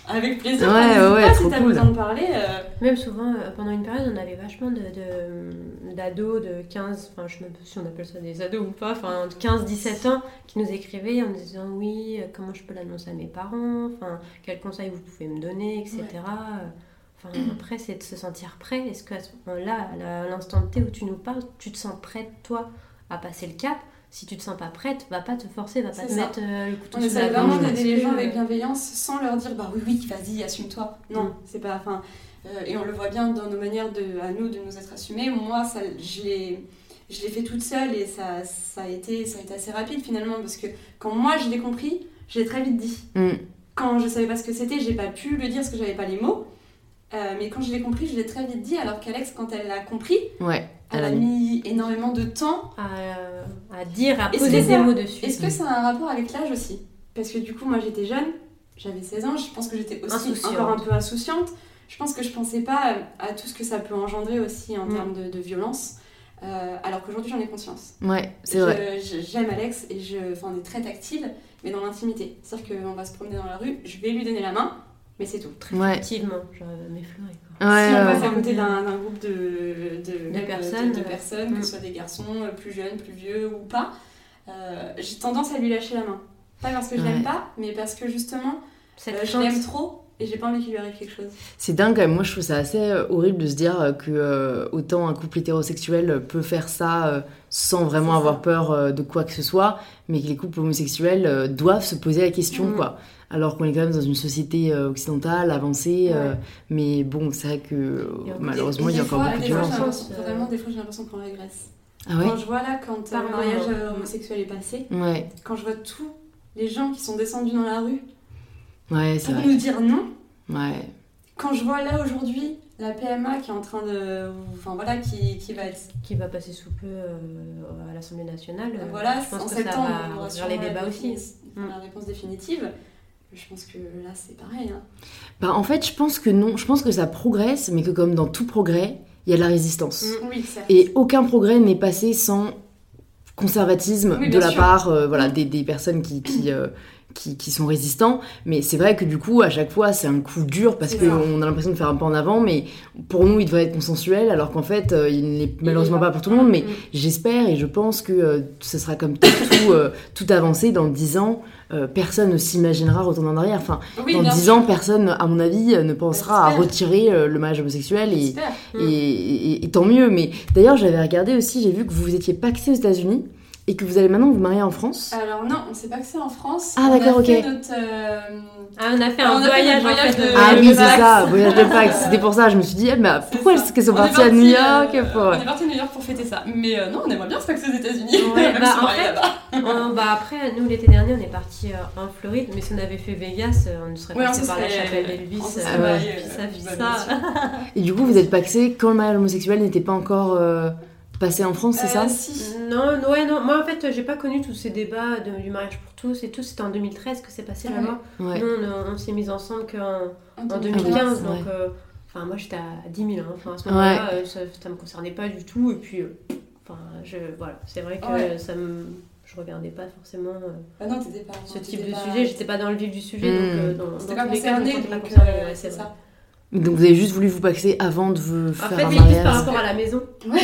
avec plaisir. Ouais, Enfin, ouais, pas, trop si t'as cool. besoin de parler. Euh... Même souvent, euh, pendant une période, on avait vachement de, de, d'ados de quinze, enfin je sais même pas si on appelle ça des ados ou pas, enfin de quinze dix-sept ans, qui nous écrivaient en nous disant oui, euh, comment je peux l'annoncer à mes parents, enfin quels conseils vous pouvez me donner, et cetera. Ouais. Enfin, après, c'est de se sentir prêt. Est-ce qu'à ce moment-là, à l'instant T où tu nous parles, tu te sens prête, toi, à passer le cap? Si tu te sens pas prête, va pas te forcer, va pas c'est te ça. mettre euh, le couteau On sous la essaie gorge. vraiment d'aider les gens euh, avec bienveillance sans leur dire bah oui, oui, vas-y, assume-toi. Non, Mm. c'est pas. Enfin, euh, et on le voit bien dans nos manières de, à nous de nous être assumés. Moi, ça, je l'ai. Je l'ai fait toute seule et ça, ça, a été, ça a été assez rapide finalement parce que quand moi je l'ai compris, je l'ai très vite dit. Mm. Quand je savais pas ce que c'était, j'ai pas pu le dire parce que j'avais pas les mots. Euh, mais quand je l'ai compris, je l'ai très vite dit, alors qu'Alex, quand elle l'a compris, Ouais, elle a mis énormément de temps à, à dire, à Est-ce poser que des ça- mots dessus. Est-ce que ça a un rapport avec l'âge aussi? Parce que du coup, moi j'étais jeune, j'avais seize ans, je pense que j'étais aussi Insouciante. encore un peu insouciante. Je pense que je pensais pas à tout ce que ça peut engendrer aussi en Mm. termes de, de violence, euh, alors qu'aujourd'hui j'en ai conscience. ouais, c'est Je- vrai. je- J'aime Alex et je, enfin, on est très tactile, mais dans l'intimité. C'est-à-dire qu'on va se promener dans la rue, je vais lui donner la main, mais c'est tout. Ouais, Effectivement, genre m'effleurer quoi. ouais, si on ouais, passe ouais. à côté d'un d'un groupe de, de, même, personnes, de, de euh, personnes, que mm. ce soit des garçons euh, plus jeunes, plus vieux ou pas, euh, j'ai tendance à lui lâcher la main. Pas parce que je l'aime Ouais. pas, mais parce que justement, Cette euh, je crainte. l'aime trop et j'ai pas envie qu'il lui arrive quelque chose. C'est dingue quand même. Moi, je trouve ça assez euh, horrible de se dire euh, que euh, autant un couple hétérosexuel euh, peut faire ça euh, sans vraiment C'est ça. avoir peur euh, de quoi que ce soit, mais que les couples homosexuels euh, doivent se poser la question, Mm. quoi. Alors qu'on est quand même dans une société euh, occidentale, avancée, euh, Ouais. mais bon, c'est vrai que euh, Et en plus, malheureusement, Et il y a des encore fois- beaucoup de des fois, j'ai violence. l'impression- Euh, Vraiment, des fois, j'ai l'impression qu'on régresse. Ah ouais Quand je vois là, quand euh, Par le mariage moment. euh, homosexuel est passé, Ouais, quand je vois tous les gens qui sont descendus dans la rue ouais, c'est pour vrai. nous dire non, Ouais, quand je vois là aujourd'hui la P M A qui est en train de. Enfin voilà, qui, qui va être. Qui va passer sous peu euh, à l'Assemblée nationale. euh, Voilà, je pense en que septembre, ça on va aura ouvrir sûrement les la débats aussi. défini- enfin, la réponse définitive. Je pense que là, c'est pareil. Hein. bah en fait, je pense que non. Je pense que ça progresse, mais que comme dans tout progrès, il y a de la résistance. Mm. Oui, certes. Et aucun progrès n'est passé sans conservatisme Oui, de bien la sûr. part euh, voilà, des, des personnes qui, qui, euh, qui, qui sont résistants. Mais c'est vrai que du coup, à chaque fois, c'est un coup dur parce C'est ça. qu'on a l'impression de faire un pas en avant. Mais pour nous, il devrait être consensuel, alors qu'en fait, euh, il n'est malheureusement l'est pas. pas pour tout le monde. Mais Mm. j'espère et je pense que euh, ce sera comme tout, tout, euh, tout avancé dans dix ans. Euh, personne ne s'imaginera retourner en arrière. Enfin, Oui, dans bien dix sûr. ans, personne, à mon avis, euh, ne pensera à J'espère. retirer euh, le mariage homosexuel. Et, J'espère. Mm. et, et- et tant mieux. Mais d'ailleurs, j'avais regardé aussi, j'ai vu que vous étiez paxé aux États-Unis et que vous allez maintenant vous marier en France. Alors non, on s'est pas que c'est en France. Ah, On a d'accord, fait ok. Notre, euh, Ah, on a fait Ah, un on a fait voyage, notre voyage en fait. de- Ah le oui, c'est Pax. ça, voyage de Pax. C'était pour ça, je me suis dit, eh ben, c'est pourquoi ça. est-ce qu'elles sont On est parties à New York euh, pour... On est parti à New York pour fêter ça. Mais euh, non, on aimerait bien se paxer aux États-Unis. Ouais, Même bah, si on en est fait, là-bas. On- bah après, nous l'été dernier, on est parti euh, en Floride, mais si on avait fait Vegas, euh, on serait Ouais, on passé se par la serait- chapelle d'Elvis. on se euh, serait ouais. mariés, puis ça, euh, puis bah, ça. bien sûr. Et du coup, vous êtes paxé quand le mariage homosexuel n'était pas encore euh, passé en France, c'est Euh, ça Si. Non, ouais, non. Moi, en fait, j'ai pas connu tous ces débats de- du mariage pour tous et tout. C'était en deux mille treize que c'est passé Ah là-bas. Ouais. Nous, on, on s'est mis ensemble qu'en En en deux mille quinze. Ouais. Donc, euh, enfin, moi, j'étais à dix mille. Hein. Enfin, à ce moment-là, euh, ça, ça me concernait pas du tout. Et puis, euh, enfin, je, voilà. C'est vrai que Ouais. ça me. Je regardais pas forcément euh, Bah non, t'étais pas. ce t'étais type de pas- sujet. J'étais pas dans le vif du sujet. Mm. Donc, euh, dans, C'était dans pas tous les cas, je me concerné, sentais pas donc concernée. euh, Ouais, c'est c'est vrai. ça. Donc vous avez juste voulu vous paxer avant de vous En faire fait, un c'est juste par mariage. rapport à la maison. Ouais.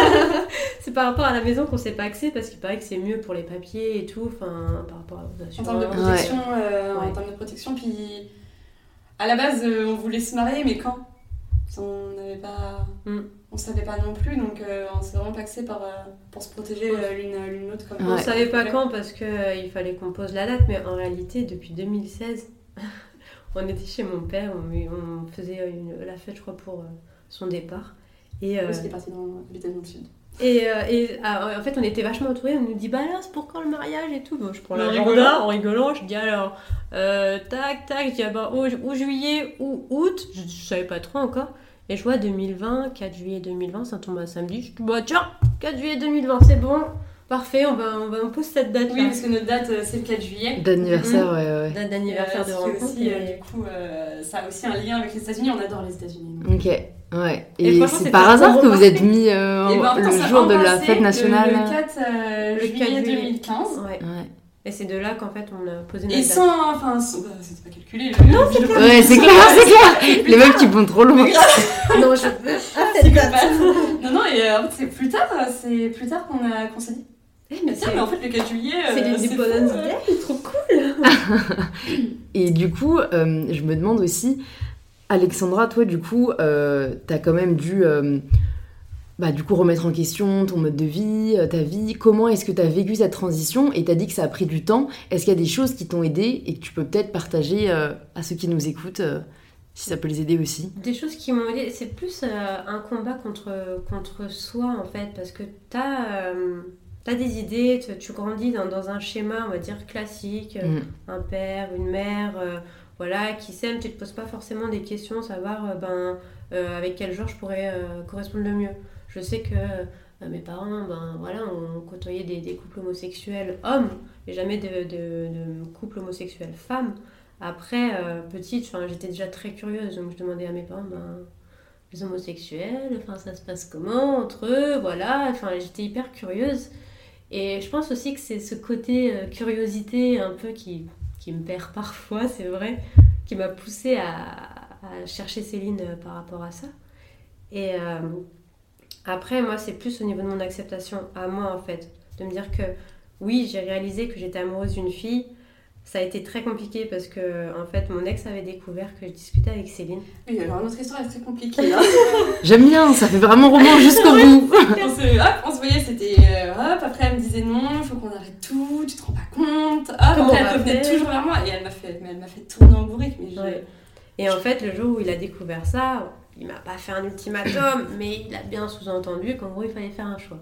C'est par rapport à la maison qu'on s'est pas axé parce qu'il paraît que c'est mieux pour les papiers et tout, enfin par rapport aux En assurances. termes de protection, euh, en Ouais. termes de protection, puis à la base, euh, on voulait se marier, mais quand On n'avait pas, Mm. on savait pas non plus, donc euh, on s'est vraiment paxé par, euh, pour se protéger euh, l'une l'une l'autre comme On Ouais. savait pas Ouais. quand parce qu'il il fallait qu'on pose la date, mais en réalité, depuis deux mille seize, on était chez mon père, on, on faisait une- la fête, je crois, pour euh, son départ. Et, euh, Parce qu'il est parti dans habiter dans le sud. et, euh, et ah, en fait, on était vachement entourés, on nous dit bah alors, c'est pour quand le mariage et tout. Bon, je prends En l'agenda rigolant. en rigolant, je dis alors, euh, tac, tac, je dis ah bah, ou, ou juillet ou août, je, je savais pas trop encore. Et je vois deux mille vingt, quatre juillet deux mille vingt, ça tombe un samedi. Je dis, bah tiens, quatre juillet deux mille vingt, c'est bon, parfait, on va, on va on pose cette date-là. Oui, parce que notre date, euh, c'est le quatre juillet. D'anniversaire, ouais, ouais. Date d'anniversaire Euh, de ce qui rencontre. aussi, euh, mais- du coup, euh, ça a aussi un lien avec les États-Unis. On adore les États-Unis. donc. Ok, ouais. Et Et, franchement, c'est c'était par un hasard bon que vous moment êtes mis euh, Et ben, en fait, on le s'est jour de la embrassés fête le- nationale. Le, quatre euh, Le juillet quatre juillet. deux mille quinze. Ouais. Ouais. Et c'est de là qu'en fait on a posé notre Et date. sans. Enfin, sans- bah, c'était pas calculé. Non, c'est clair. Ouais, c'est clair, c'est clair. Les meufs qui vont trop loin. Non, je veux pas cette date. Psychopathe. Non, non, et euh, en fait, c'est plus tard, c'est plus tard qu'on a qu'on s'est dit. Eh, mais Tiens, c'est mais en fait, le quatre juillet. c'est euh, l'Independence fou, euh. Day, trop cool. Et du coup, euh, je me demande aussi, Alexandra, toi, du coup, euh, t'as quand même dû euh, bah, du coup, remettre en question ton mode de vie, euh, ta vie. Comment est-ce que t'as vécu cette transition? Et t'as dit que ça a pris du temps. Est-ce qu'il y a des choses qui t'ont aidé et que tu peux peut-être partager euh, à ceux qui nous écoutent, euh, si ça peut les aider aussi? Des choses qui m'ont aidé, c'est plus euh, un combat contre, contre soi en fait, parce que t'as, euh, t'as des idées, tu, tu grandis dans, dans un schéma, on va dire, classique, euh, Mm. un père, une mère, euh, voilà, qui s'aiment, tu te poses pas forcément des questions, savoir euh, ben, euh, avec quel genre je pourrais euh, correspondre le mieux. Je sais que euh, mes parents, ben, voilà, ont côtoyé des, des couples homosexuels hommes, et jamais de, de, de couple homosexuel femmes. Après, euh, petite, enfin, j'étais déjà très curieuse, donc je demandais à mes parents, ben, les homosexuels, enfin, ça se passe comment entre eux, voilà, enfin, j'étais hyper curieuse. Et je pense aussi que c'est ce côté euh, curiosité un peu qui, qui me perd parfois, c'est vrai, qui m'a poussée à, à chercher Céline euh, par rapport à ça. Et euh, après, moi, c'est plus au niveau de mon acceptation à moi, en fait, de me dire que oui, j'ai réalisé que j'étais amoureuse d'une fille. Ça a été très compliqué parce que, en fait, mon ex avait découvert que je discutais avec Céline. Oui, alors notre histoire est très compliquée. Hein. J'aime bien, ça fait vraiment roman jusqu'au bout. on, se, hop, on se voyait, c'était euh, hop, après elle me disait non, il faut qu'on arrête tout, tu te rends pas compte. Hop, Comment après on elle va revenait faire toujours vers moi et elle m'a fait, mais elle m'a fait tourner en bourrique. Mais je... Ouais. Et en fait, le jour où il a découvert ça, il m'a pas fait un ultimatum, mais il a bien sous-entendu qu'en gros, il fallait faire un choix.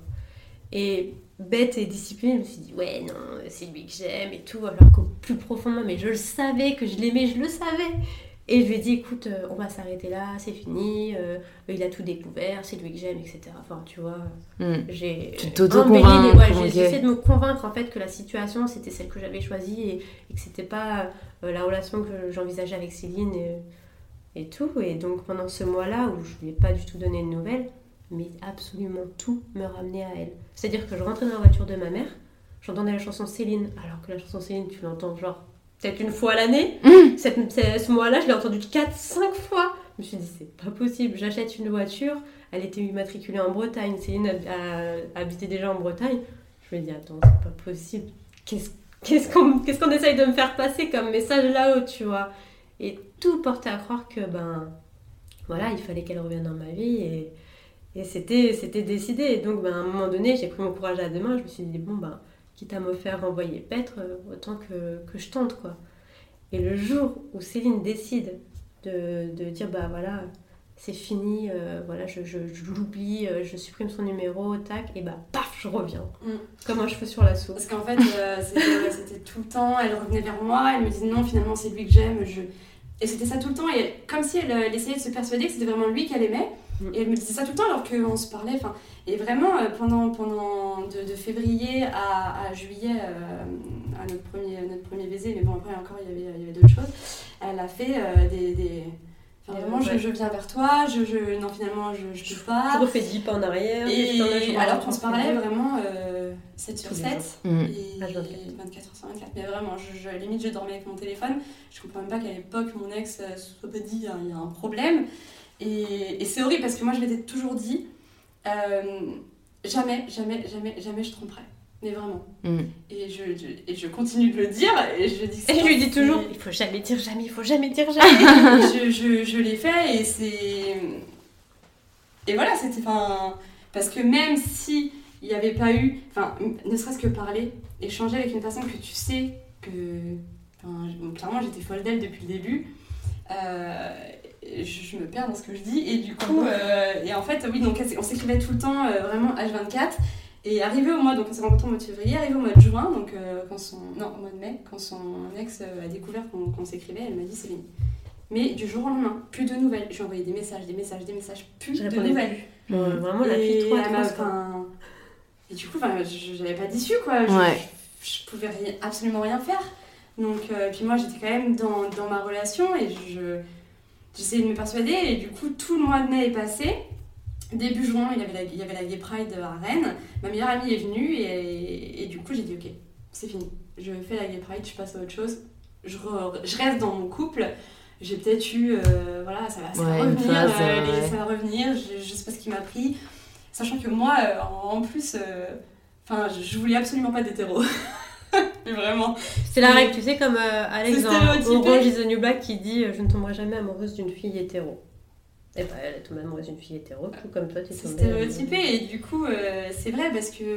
Et bête et disciplinée, je me suis dit, ouais, non, c'est lui que j'aime et tout, alors qu'au plus profondément, mais je le savais, que je l'aimais, je le savais. Et je lui ai dit, écoute, euh, on va s'arrêter là, c'est fini, euh, il a tout découvert, c'est lui que j'aime, et cetera. Enfin, tu vois, Mm. j'ai Tu embelli t'auto-convaincs, les- ouais, ok. j'ai essayé de me convaincre en fait que la situation c'était celle que j'avais choisie et, et que c'était pas euh, la relation que j'envisageais avec Céline et, et tout. Et donc pendant ce mois-là où je lui ai pas du tout donné de nouvelles, mais absolument tout me ramenait à elle. C'est-à-dire que je rentrais dans la voiture de ma mère, j'entendais la chanson Céline, alors que la chanson Céline tu l'entends genre peut-être une fois à l'année. Mm. Cette, cette- ce mois-là je l'ai entendue quatre cinq fois. Je me suis dit c'est pas possible, j'achète une voiture. Elle était immatriculée en Bretagne. Céline a, a, habitait déjà en Bretagne. Je me dis, attends, c'est pas possible. Qu'est-ce, qu'est-ce, qu'on, qu'est-ce qu'on essaye de me faire passer comme message là-haut, tu vois? Et tout portait à croire que, ben, voilà, il fallait qu'elle revienne dans ma vie. Et, et c'était, c'était décidé. Et donc, ben, à un moment donné, j'ai pris mon courage à deux mains. Je me suis dit, bon, ben, quitte à me faire renvoyer paître, autant que, que je tente, quoi. Et le jour où Céline décide de, de dire, bah voilà, c'est fini, euh, voilà, je, je, je l'oublie, euh, je supprime son numéro, tac, et bah paf, je reviens. Mm. Comme un cheveu sur la soupe. Parce qu'en fait, euh, c'était, ouais, c'était tout le temps, elle revenait vers moi, elle me disait non, finalement c'est lui que j'aime. Je... Et c'était ça tout le temps, et comme si elle, elle essayait de se persuader que c'était vraiment lui qu'elle aimait. Mm. Et elle me disait ça tout le temps alors qu'on se parlait. Fin... Et vraiment, euh, pendant, pendant de, de février à, à juillet, euh, à notre premier, notre premier baiser, mais bon, après encore, il y avait, il y avait d'autres choses, elle a fait euh, des. des... Enfin, vraiment, je, Ouais. je viens vers toi, je, je... non, finalement, je, je peux pas. Je refais dix pas en arrière. Et je t'en ai- je m'en alors rends qu'on se compte. parlait vraiment euh, sept sur Tous les sept Mm. et H vingt-quatre. vingt-quatre heures sur vingt-quatre. Mais vraiment, je, je- limite je dormais avec mon téléphone. Je comprends même pas qu'à l'époque mon ex euh, se soit pas dit hein, il y a un problème. Et, et c'est horrible parce que moi je m'étais toujours dit euh, jamais, jamais, jamais, jamais je tromperai. Mais vraiment. Mm. Et je, je- et je continue de le dire et je dis que Et c'est- je lui dis c'est- toujours, il faut jamais dire jamais, il faut jamais dire jamais. je, je, je l'ai fait et c'est. Et voilà, c'était. Enfin, parce que même si il n'y avait pas eu. Enfin, ne serait-ce que parler, échanger avec une personne que tu sais que. Enfin, clairement, j'étais folle d'elle depuis le début. Euh, je, je me perds dans ce que je dis et du coup. Euh, et en fait, oui, donc on s'écrivait tout le temps, euh, vraiment H vingt-quatre. Et arrivé au mois, donc on s'est rencontrés au mois de février, arrivé au mois de juin, donc euh, quand son. Non, au mois de mai, quand son ex euh, a découvert qu'on, qu'on s'écrivait, elle m'a dit Céline. Mais du jour au lendemain, plus de nouvelles. Je lui ai envoyé des messages, des messages, des messages, plus Je de répondais nouvelles. plus. Ouais, vraiment la fille trop elle m'a- atroce, quoi. enfin, Et du coup, enfin, je- j'avais pas d'issue, quoi. Je, Ouais. je, je pouvais rien- absolument rien faire. Donc, euh, puis moi, j'étais quand même dans, dans ma relation et je, j'essayais de me persuader. Et du coup, tout le mois de mai est passé. Début juin, il y avait la, il y avait la Gay Pride à Rennes. Ma meilleure amie est venue et, et du coup, j'ai dit ok, c'est fini. je fais la Gay Pride, je passe à autre chose, je, re, je reste dans mon couple, j'ai peut-être eu, euh, voilà, ça va, ça ouais, va revenir, phase, euh, les, ouais. ça va revenir, je, je sais pas ce qui m'a pris, sachant que moi, euh, en, en plus, enfin, euh, je, je voulais absolument pas d'hétéro. Mais vraiment. C'est la règle, tu sais, comme euh, Alex dans stéréotypé. Orange is the New Black qui dit euh, je ne tomberai jamais amoureuse d'une fille hétéro. Et bah elle est tombée amoureuse d'une fille hétéro, tout comme toi tu es C'est tombée stéréotypé et du coup euh, c'est vrai parce que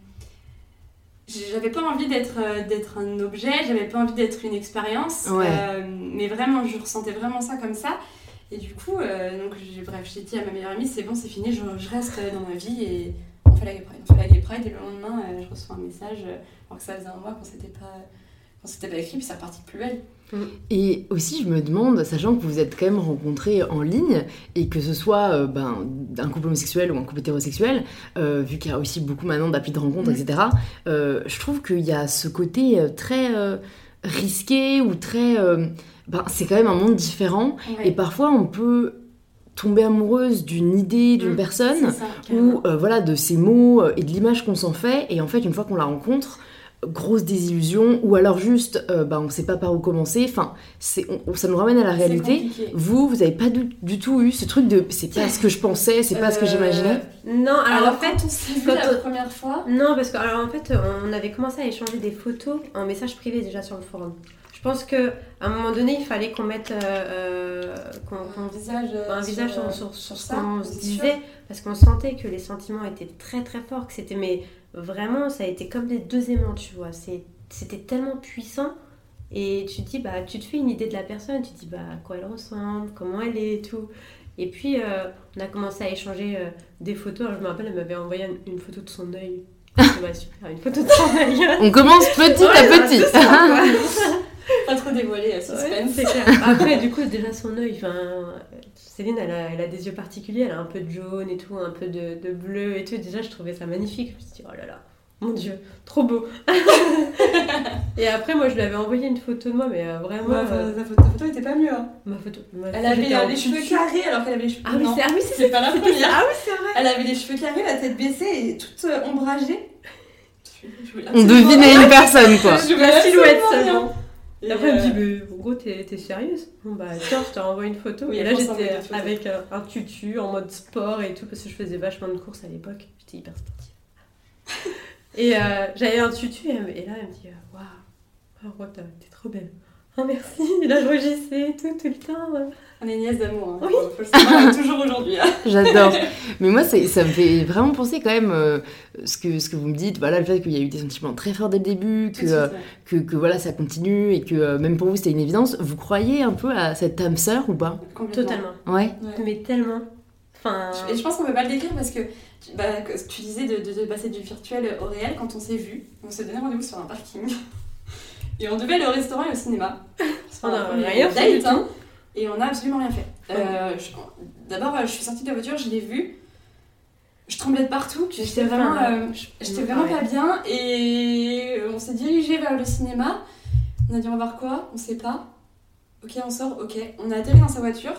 j'avais pas envie d'être, euh, d'être un objet, j'avais pas envie d'être une expérience, ouais. euh, mais vraiment je ressentais vraiment ça comme ça et du coup euh, donc j'ai, bref j'ai dit à ma meilleure amie c'est bon c'est fini, je, je reste dans ma vie et on fait la Gay Pride, on fait la Gay Pride et le lendemain euh, je reçois un message euh, alors que ça faisait un mois qu'on s'était pas, qu'on s'était pas écrit puis ça repartit de plus belle. Et aussi, je me demande, sachant que vous vous êtes quand même rencontrés en ligne, et que ce soit euh, ben, un couple homosexuel ou un couple hétérosexuel, euh, vu qu'il y a aussi beaucoup maintenant d'applis de rencontre, mmh. et cetera, euh, je trouve qu'il y a ce côté euh, très euh, risqué, ou très... Euh, ben, c'est quand même un monde différent, ouais. Et parfois on peut tomber amoureuse d'une idée, d'une mmh, personne, ça, ou euh, voilà, de ses mots et de l'image qu'on s'en fait, et en fait, une fois qu'on la rencontre, grosse désillusion, ou alors juste euh, bah, on sait pas par où commencer, enfin c'est, on, ça nous ramène à la réalité. Vous, vous avez pas du, du tout eu ce truc de c'est pas ce que je pensais, c'est pas euh, ce que j'imaginais. Non, alors, alors en fait on s'est vu la première fois. Non, parce que alors en fait on avait commencé à échanger des photos en message privé déjà sur le forum. Je pense que à un moment donné il fallait qu'on mette euh, qu'on, qu'on, un visage, un sur, visage sur, euh, sur, sur, sur ce ça, qu'on se disait, parce qu'on sentait que les sentiments étaient très très forts, que c'était mais vraiment ça a été comme des deux aimants, tu vois, c'est, c'était tellement puissant et tu te dis bah tu te fais une idée de la personne, tu te dis bah à quoi elle ressemble, comment elle est et tout. Et puis euh, on a commencé à échanger euh, des photos. Alors, je me rappelle elle m'avait envoyé une, une photo de son œil. Une photo de son œil. On commence petit ouais, à petit. Pas trop dévoilé, à suspense. Ouais, c'est clair. Après, du coup, déjà son œil, enfin, Céline, elle a, elle a des yeux particuliers, elle a un peu de jaune et tout, un peu de, de bleu et tout. Déjà, je trouvais ça magnifique. Je me suis dit, oh là là, mon Dieu, trop beau. Et après, moi, je lui avais envoyé une photo de moi, mais euh, vraiment. Ouais, euh... ta, photo, ta photo était pas mieux. Hein. Ma photo. Ma elle avait euh, les cheveux carrés alors qu'elle avait les cheveux. Ah oui, c'est, ah oui, c'est, c'est pas la première. Ah oui, c'est vrai. Elle avait les cheveux carrés, la tête baissée et toute euh, ombragée. On devinait une personne, quoi. Je la silhouette seulement. Et après, elle me dit, mais en gros, t'es, t'es sérieuse ? Bon, bah, tiens, je te renvoie une photo. Oui, et là, j'étais avec un, un tutu en mode sport et tout, parce que je faisais vachement de courses à l'époque. J'étais hyper sportive. Et euh, j'avais un tutu, et, et là, elle me dit, waouh, wow, t'es trop belle. Oh, merci. Et là, je rougissais tout, tout le temps. On est nièce d'amour, hein. Oui. Faut, faut le savoir, toujours aujourd'hui. Hein. J'adore. Mais moi, c'est, ça me fait vraiment penser quand même euh, ce, que, ce que vous me dites. Voilà, le fait qu'il y a eu des sentiments très forts dès le début, que, euh, que, que voilà, ça continue et que euh, même pour vous, c'était une évidence. Vous croyez un peu à cette âme sœur ou pas ? Totalement. Ouais. ouais. Mais tellement. Enfin... Et je pense qu'on peut pas le décrire parce que bah, tu disais de, de, de passer du virtuel au réel. Quand on s'est vu, on s'est donné rendez-vous sur un parking. Et on devait aller au restaurant et au cinéma. On a rien fait. Et on n'a absolument rien fait. Euh, je, d'abord, je suis sortie de la voiture, je l'ai vu. Je tremblais de partout. J'étais vraiment, euh, j'étais vraiment pas bien. Et on s'est dirigé vers le cinéma. On a dit on va voir quoi ? On sait pas. Ok, on sort. Ok. On a atterri dans sa voiture.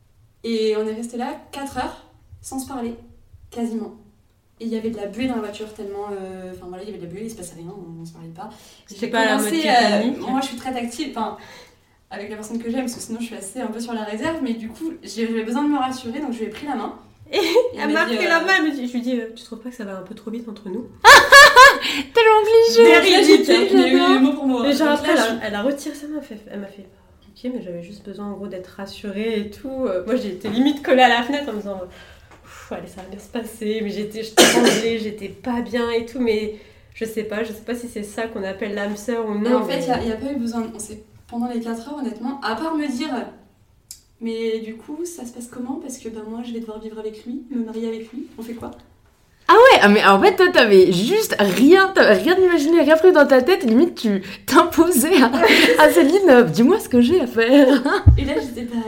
Et on est resté là quatre heures sans se parler. Quasiment. Et il y avait de la buée dans la voiture tellement... Enfin euh, voilà, il y avait de la buée, il se passait rien, on ne se parlait pas. J'ai pas la mode euh, Moi, je suis très tactile. Enfin... avec la personne que j'aime, parce que sinon je suis assez un peu sur la réserve, mais du coup j'avais besoin de me rassurer, donc je lui ai pris la main. Et, et elle m'a pris euh... la main, elle me dit, je lui dis, tu trouves pas que ça va un peu trop vite entre nous ? Tellement cliché. Ridicule, j'ai eu mot pour mot. Et genre après, elle a, elle a retiré sa main, elle, fait, elle m'a fait, ok, mais j'avais juste besoin en gros d'être rassurée et tout. Moi j'étais limite collée à la fenêtre en me disant, allez ça va bien se passer, mais j'étais, j'étais tremblée, j'étais pas bien et tout, mais je sais pas, je sais pas si c'est ça qu'on appelle l'âme sœur ou non. Et en fait, il mais... n'y a, a pas eu besoin, on s'est... pendant les quatre heures, honnêtement, à part me dire mais du coup, ça se passe comment ? Parce que ben, moi, je vais devoir vivre avec lui, me marier avec lui, on fait quoi ? Ah ouais, mais en fait, toi, t'avais juste rien, t'avais rien imaginé, rien prévu dans ta tête, limite, tu t'imposais à, à Céline, dis-moi ce que j'ai à faire. Et là, j'étais pas...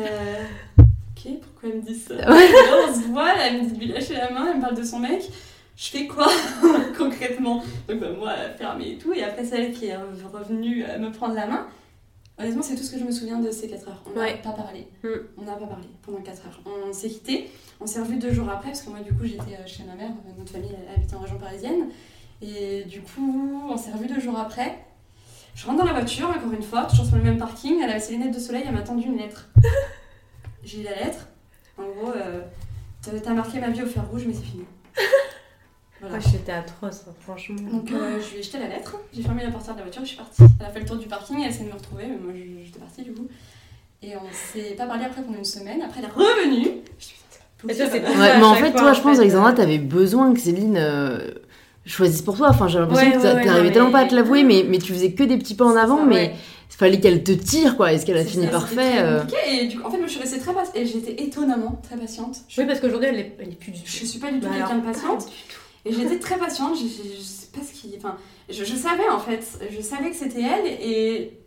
ok, pourquoi elle me dit ça ? Ouais. Et là, on se voit, elle me dit de lui lâcher la main, elle me parle de son mec. Je fais quoi concrètement ? Donc bah, moi, fermé et tout, et après, c'est elle qui est revenue me prendre la main. Honnêtement, c'est tout ce que je me souviens de ces quatre heures. On n'a ouais. pas parlé. Mm. On n'a pas parlé pendant quatre heures. On s'est quittés. On s'est revus deux jours après, parce que moi, du coup, j'étais chez ma mère. Notre famille habitait en région parisienne. Et du coup, on s'est revus deux jours après. Je rentre dans la voiture, encore une fois, toujours sur le même parking, elle avait ses lunettes de soleil, elle m'a tendu une lettre. J'ai lu la lettre, en gros, euh, t'as, t'as marqué ma vie au fer rouge, mais c'est fini. Voilà. Ouais, j'étais atroce, hein, franchement. Donc euh, je lui ai jeté la lettre, j'ai fermé la portière de la voiture et je suis partie. Elle a fait le tour du parking, elle essaie de me retrouver, mais moi je- j'étais partie du coup. Et on s'est pas parlé après pendant une semaine, après elle est revenue. Je suis Et ça, c'est pas pour mal. Ouais, à mais en chaque fait, fois, toi, en je pense, fait, Alexandra, euh, t'avais besoin que Céline euh, choisisse pour toi. Enfin, j'ai l'impression Ouais, que ouais, t'a- ouais, t'arrivais non, tellement mais- pas à te l'avouer, mais, mais tu faisais que des petits pas en C'est avant, ça, mais ouais. il fallait qu'elle te tire, quoi. Est-ce qu'elle a C'est fini ça, par c'était faire très euh, compliqué, et du coup, en fait, moi je suis restée très patiente et j'étais étonnamment très patiente. Oui, parce qu'aujourd'hui, elle est, elle est plus du tout. Je suis pas du tout Bah quelqu'un de alors, patiente. Et j'étais très patiente, je, je, je sais pas ce qui. Enfin, je, je savais en fait, je savais que c'était elle, et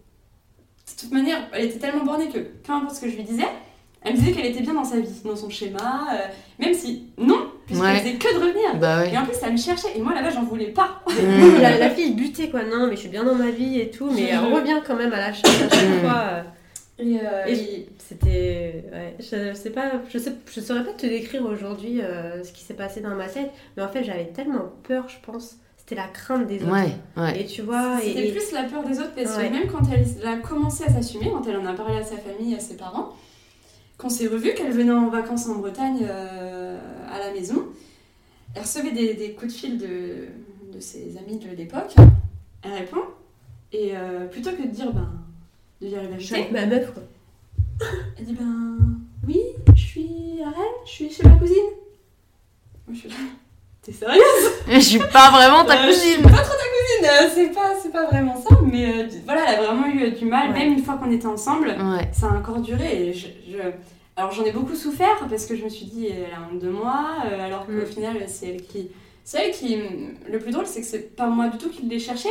de toute manière, elle était tellement bornée que peu importe ce que je lui disais, elle me disait qu'elle était bien dans sa vie, dans son schéma, euh, même si non, puisqu'elle Ouais. faisait que de revenir. Bah ouais. Et en plus, elle me cherchait, et moi là-bas, j'en voulais pas. Mmh. la, la fille butait quoi, non mais je suis bien dans ma vie et tout, mais Je- elle revient quand même à la charge à chaque Mm. fois. euh, Et, euh, Et et- c'était, ouais, je sais pas, je sais, je saurais pas te décrire aujourd'hui euh, ce qui s'est passé dans ma tête, mais en fait j'avais tellement peur, je pense, c'était la crainte des autres. Ouais, ouais. Et tu vois, et, C'était et- plus la peur des autres parce Ouais. que même quand elle a commencé à s'assumer, quand elle en a parlé à sa famille, à ses parents, qu'on s'est revu, qu'elle venait en vacances en Bretagne euh, à la maison, elle recevait des, des coups de fil de, de ses amis de l'époque, elle répond, et euh, plutôt que de dire ben, de dire la je suis vérité, avec ma meuf quoi. elle dit ben oui, je suis à Rennes, je suis chez ma cousine. Moi je suis là, t'es sérieuse? Je suis pas vraiment ta Euh, je suis cousine. pas trop ta cousine, euh, c'est pas, c'est pas vraiment ça, mais euh, voilà, elle a vraiment eu euh, du mal, Ouais. même une fois qu'on était ensemble, Ouais. ça a encore duré. Et je, je- Alors j'en ai beaucoup souffert parce que je me suis dit, elle a honte de moi, euh, alors qu'au Mm. final, c'est elle qui. C'est elle qui. Le plus drôle, c'est que c'est pas moi du tout qui l'ai cherché,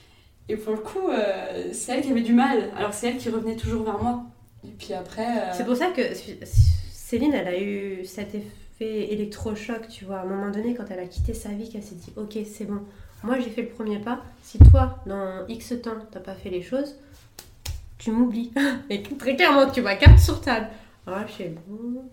et pour le coup, euh, c'est elle qui avait du mal, alors que c'est elle qui revenait toujours vers moi. Et puis après. euh, C'est pour ça que Céline, elle a eu cet effet électrochoc, tu vois, à un moment donné, quand elle a quitté sa vie, qu'elle s'est dit, ok, c'est bon, moi j'ai fait le premier pas, si toi, dans X temps, t'as pas fait les choses, tu m'oublies. Et très clairement, tu vois, carte sur table. Alors là, je suis bon.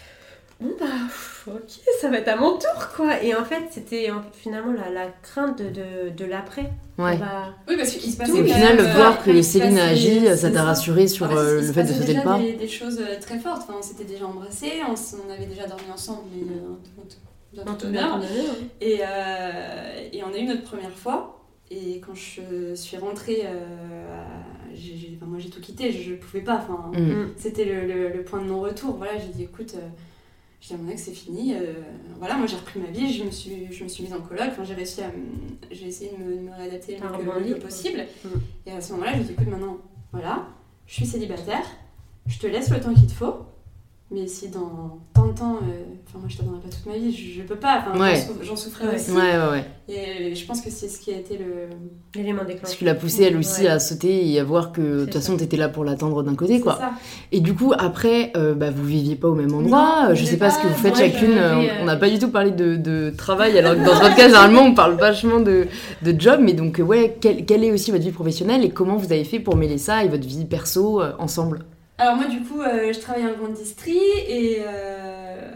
Bon, bah, pff, ok, ça va être à mon tour, quoi. Et en fait, c'était en- finalement la, la crainte de, de, de l'après. Ouais. Bah, Oui, parce qu'il se passait. Au Tout, quand final, même, euh, voir que il se Céline a passait- agi, ça c'est t'a rassuré sur En fait, euh, il le se fait de passait sauter le déjà pas. Des, des choses euh, très fortes. Enfin, on s'était déjà embrassés, on, s- on avait déjà dormi ensemble, mais euh, en tout- dans dans tout tout honneur. bien, hein. Et, euh, et on a eu notre première fois. Et quand je suis rentrée, euh, j'ai- j'ai- enfin, moi j'ai tout quitté, je, je pouvais pas. Enfin, Mm. Mm. c'était le, le- le point de non-retour. Voilà, j'ai dit écoute, euh, j'ai dit à mon ex c'est fini. euh, voilà, moi j'ai repris ma vie, je me suis, je me suis mise en coloc. Enfin, j'ai réussi à, me- j'ai essayé de me, de me réadapter le T'as mieux que- rebondi, le mieux quoi. possible. Mm. Et à ce moment-là, je lui ai dit écoute, maintenant, voilà, je suis célibataire, je te laisse le temps qu'il te faut. Mais si dans tant de temps, euh, enfin moi je t'attendrai pas toute ma vie, je, je peux pas, enfin Ouais. j'en souffre- j'en souffrais Ouais. aussi. Ouais, ouais, ouais. Et je pense que c'est ce qui a été le. L'élément Parce déclencheur. qu'il l'a poussé elle aussi Ouais. à sauter et à voir que de toute C'est façon ça. t'étais là pour l'attendre d'un côté, C'est quoi. ça. Et du coup, après, euh, bah, vous viviez pas au même endroit. Non, on je sais vivait pas ce que pas. vous faites Ouais, chacune. je euh, vivais, on- euh, on n'a pas du tout parlé de, de travail, alors que dans ce podcast, généralement, on parle vachement de, de job. Mais donc, euh, ouais, quelle, quelle est aussi votre vie professionnelle et comment vous avez fait pour mêler ça et votre vie perso euh, ensemble? Alors moi du coup euh, je travaillais en grande distrie et, euh,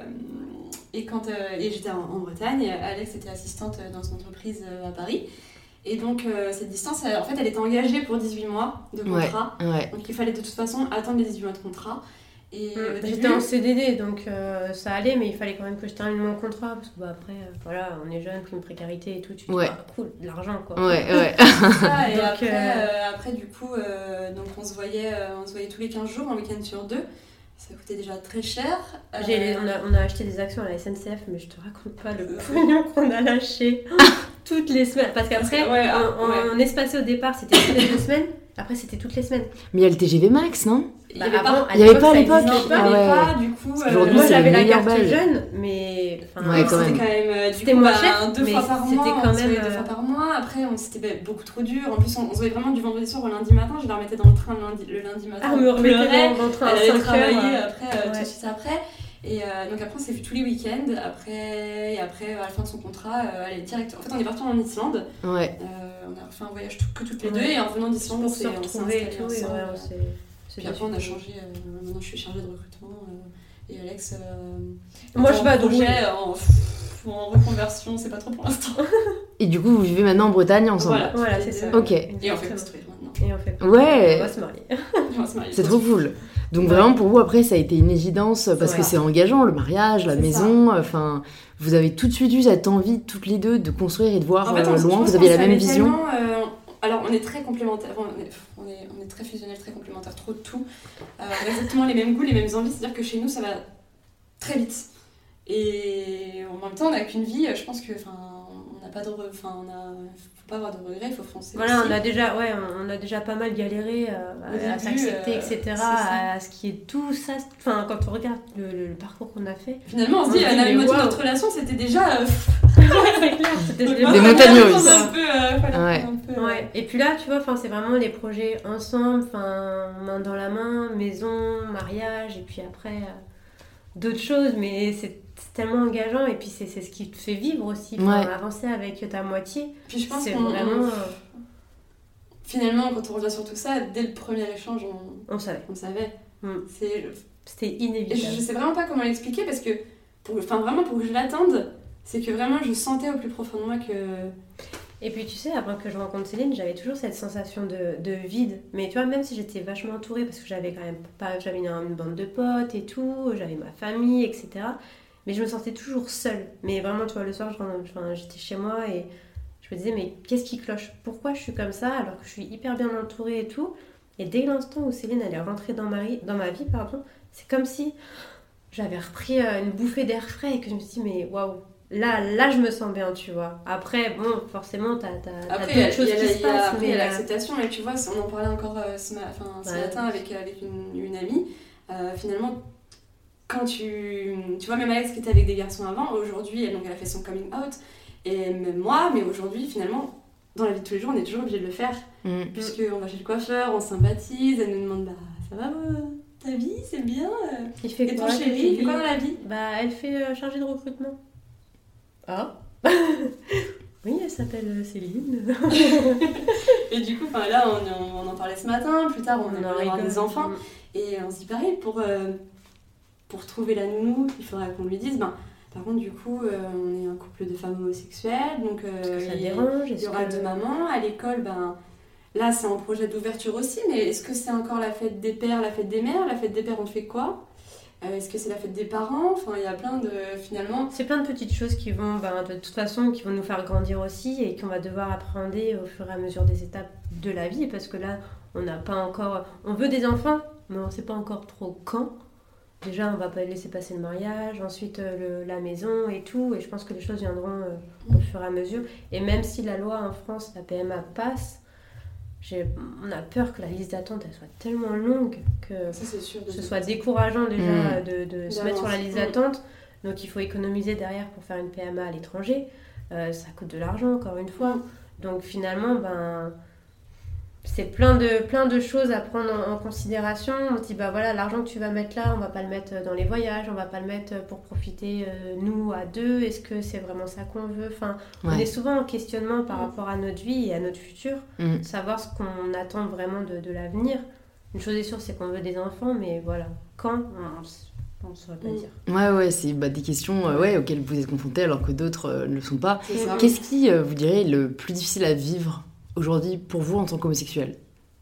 et, quand, euh, et j'étais en, en Bretagne, Alex était assistante dans une entreprise euh, à Paris. Et donc euh, cette distance, elle- en fait elle était engagée pour dix-huit mois de Ouais, contrat. ouais. Donc il fallait de toute façon attendre les dix-huit mois de contrat. Et au Mm. J'étais début- en C D D donc euh, ça allait, mais il fallait quand même que je termine mon contrat parce que bah, après, euh, voilà, on est jeune, prime précarité et tout, tu te dis, Ouais. ah, cool, de l'argent quoi. Ouais, ouais. ça, et Donc, après, euh, euh, après du coup euh, donc on se voyait euh, on se voyait tous les quinze jours, un week-end sur deux. Ça coûtait déjà très cher. Euh, J'ai- on, a, on a acheté des actions à la S N C F, mais je te raconte pas le pognon qu'on a lâché toutes les semaines. Parce qu'après, Ouais, ah, on, on, ouais. on espacé au départ, c'était toutes les deux semaines. Après, c'était toutes les semaines. Mais il y a le T G V Max, non? il y Bah, avait avant, pas. à Il y avait l'époque, pas à ça l'époque. existait Non, il y pas. avait Ah ouais. pas, du coup. Parce euh, qu'aujourd'hui, Moi, c'est j'avais les la meilleures carte balles. jeune, mais. enfin, Ouais, quand c'était même. quand même euh, du C'était coup, moins bah, cher, deux mais fois par c'était mois, quand on se voyait même, deux euh, fois par mois. Après, on c'était bah, beaucoup trop dur. En plus, on, on se voyait vraiment du vendredi soir au lundi matin. Je la remettais dans le train le lundi, le lundi matin. Ah, on me remettait pleurait. dans, dans le train à Elle allait cinq travailler heures. après, euh, tout ouais. de suite après. Et euh, donc après, on s'est vu tous les week-ends. Après, et après, à la fin de son contrat, euh, elle est direct. En fait, on est parti en Islande. Ouais. Euh, on a fait un voyage tout- que toutes les Ouais. deux. Et en venant d'Islande, on Pour se s'est on s'est retrouver et installés tout. Et ensemble. ouais, on s'est. Puis après, on a changé. euh, maintenant, je suis chargée de recrutement. euh, et Alex. euh, Moi, est je en vais à projet, Drouet. en, en reconversion, c'est pas trop pour l'instant. Et du coup, vous vivez maintenant en Bretagne ensemble. Voilà. Voilà, c'est ça. Ok. Et on fait Exactement. construire maintenant. Et on fait pas. Ouais. On va se marier. On va se marier. C'est trop cool. Donc Ouais. vraiment pour vous après ça a été une évidence parce Ouais. que c'est engageant le mariage, la C'est maison, enfin vous avez tout de suite eu cette envie toutes les deux de construire et de voir En fait, on- euh, je loin, pense vous aviez qu'on la même savait vision. tellement, euh, alors, on est très complémentaires, on est, on est, on est très fusionnels, très complémentaires, trop de tout. Euh, on a exactement les mêmes goûts, les mêmes envies, c'est-à-dire que chez nous, ça va très vite. Et en même temps, on n'a qu'une vie, je pense que, enfin, on n'a pas de, re... enfin, on a, faut pas avoir de regrets, il faut foncer. Voilà, aussi. on a déjà, ouais, on a déjà pas mal galéré euh, Au à, début, à s'accepter, euh, et cetera. c'est ça. À ce qui est tout ça. Enfin, quand on regarde le, le- le parcours qu'on a fait. Finalement, on se On dit, se dit, la mais moitié de waouh. notre relation, c'était déjà. Euh, C'est clair, c'était donc, des voilà, montagnes fallait russes. apprendre un peu, euh, fallait Ouais. apprendre un peu, euh, Ouais, et puis là, tu vois, enfin, c'est vraiment des projets ensemble, enfin, main dans la main, maison, mariage, et puis après, euh, d'autres choses, mais c'est c'est tellement engageant, et puis c'est c'est ce qui te fait vivre aussi, enfin, Ouais. avancer avec ta moitié, Puis je pense c'est qu'on. vraiment... on- euh, Finalement, quand on revient sur tout ça, dès le premier échange, on, on savait, on savait. Mm. C'est... c'était Et je, inévitable. je sais vraiment pas comment l'expliquer parce que, pour, enfin vraiment pour que je l'attende, c'est que vraiment je sentais au plus profond de moi que. Et puis tu sais, avant que je rencontre Céline, j'avais toujours cette sensation de, de vide. Mais tu vois, même si j'étais vachement entourée, parce que j'avais quand même pas, j'avais une, une bande de potes et tout, j'avais ma famille, et cetera. Mais je me sentais toujours seule. Mais vraiment, tu vois, le soir, je rentrais- enfin, j'étais chez moi et je me disais, mais qu'est-ce qui cloche? Pourquoi je suis comme ça alors que je suis hyper bien entourée et tout? Et dès l'instant où Céline allait rentrer dans ma, ri- dans ma vie, pardon, c'est comme si j'avais repris euh, une bouffée d'air frais et que je me suis dit, mais waouh! Là, là, je me sens bien, tu vois. Après, bon, forcément, t'as, t'as, t'as Après, il y a, d'autres choses il y a- qui il se y a- passent. après, il y a mais, euh, l'acceptation, et tu vois, c'est- on en parlait encore euh, ce, ma- enfin, ce Ouais. matin avec, avec une, une amie. Euh, finalement, quand tu. Tu vois, même Alex qui était avec des garçons avant, aujourd'hui, elle, donc, elle a fait son coming out, et même moi, mais aujourd'hui, finalement, dans la vie de tous les jours, on est toujours obligé de le faire, Mm. puisqu'on va chez le coiffeur, on sympathise, elle nous demande, bah, ça va, euh, ta vie, c'est bien euh, il fait Et ton quoi, chéri, il fait quoi dans la vie? Bah, elle fait euh, chargée de recrutement. Ah oui, elle s'appelle euh, Céline. Et du coup, enfin, là, on, on en parlait ce matin, plus tard, on, en aimerait avoir rigole. des enfants. Et on se dit pareil, pour, euh, pour trouver la nounou, il faudrait qu'on lui dise, ben, par contre, du coup, euh, on est un couple de femmes homosexuelles, donc euh, Est-ce que ça il, dérange? il Est-ce y aura que- deux mamans. À l'école, ben, là, c'est en projet d'ouverture aussi, mais est-ce que c'est encore la fête des pères, la fête des mères? La fête des pères, on fait quoi? Euh, Est-ce que c'est la fête des parents? Enfin, il y a plein de, finalement... C'est plein de petites choses qui vont, ben, de toute façon, qui vont nous faire grandir aussi et qu'on va devoir appréhender au fur et à mesure des étapes de la vie, parce que là, on n'a pas encore... On veut des enfants, mais on ne sait pas encore trop quand. Déjà, on va pas laisser passer le mariage, ensuite euh, le- la maison et tout, et je pense que les choses viendront euh, au fur et à mesure. Et même si la loi en France, la P M A, passe, j'ai- on a peur que la liste d'attente elle soit tellement longue que Ça, c'est sûr. de ce toute soit façon. décourageant déjà Mm. de, de se D'avance. mettre sur la liste Mm. d'attente. Donc il faut économiser derrière pour faire une P M A à l'étranger. Euh, ça coûte de l'argent, encore une fois. Donc finalement, ben, c'est plein de, plein de choses à prendre en, en considération. On se dit, bah voilà, l'argent que tu vas mettre là, on va pas le mettre dans les voyages, on va pas le mettre pour profiter, euh, nous, à deux. Est-ce que c'est vraiment ça qu'on veut? Enfin, on Ouais. est souvent en questionnement par Mm. rapport à notre vie et à notre futur, Mm. savoir ce qu'on attend vraiment de, de l'avenir. Une chose est sûre, c'est qu'on veut des enfants, mais voilà, quand, on ne saurait pas Mm. dire. Ouais, ouais, c'est bah, des questions euh, ouais, auxquelles vous êtes confrontés alors que d'autres euh, ne le sont pas. C'est ça. Qu'est-ce qui, euh, vous direz, est le plus difficile à vivre aujourd'hui pour vous en tant qu'homosexuel?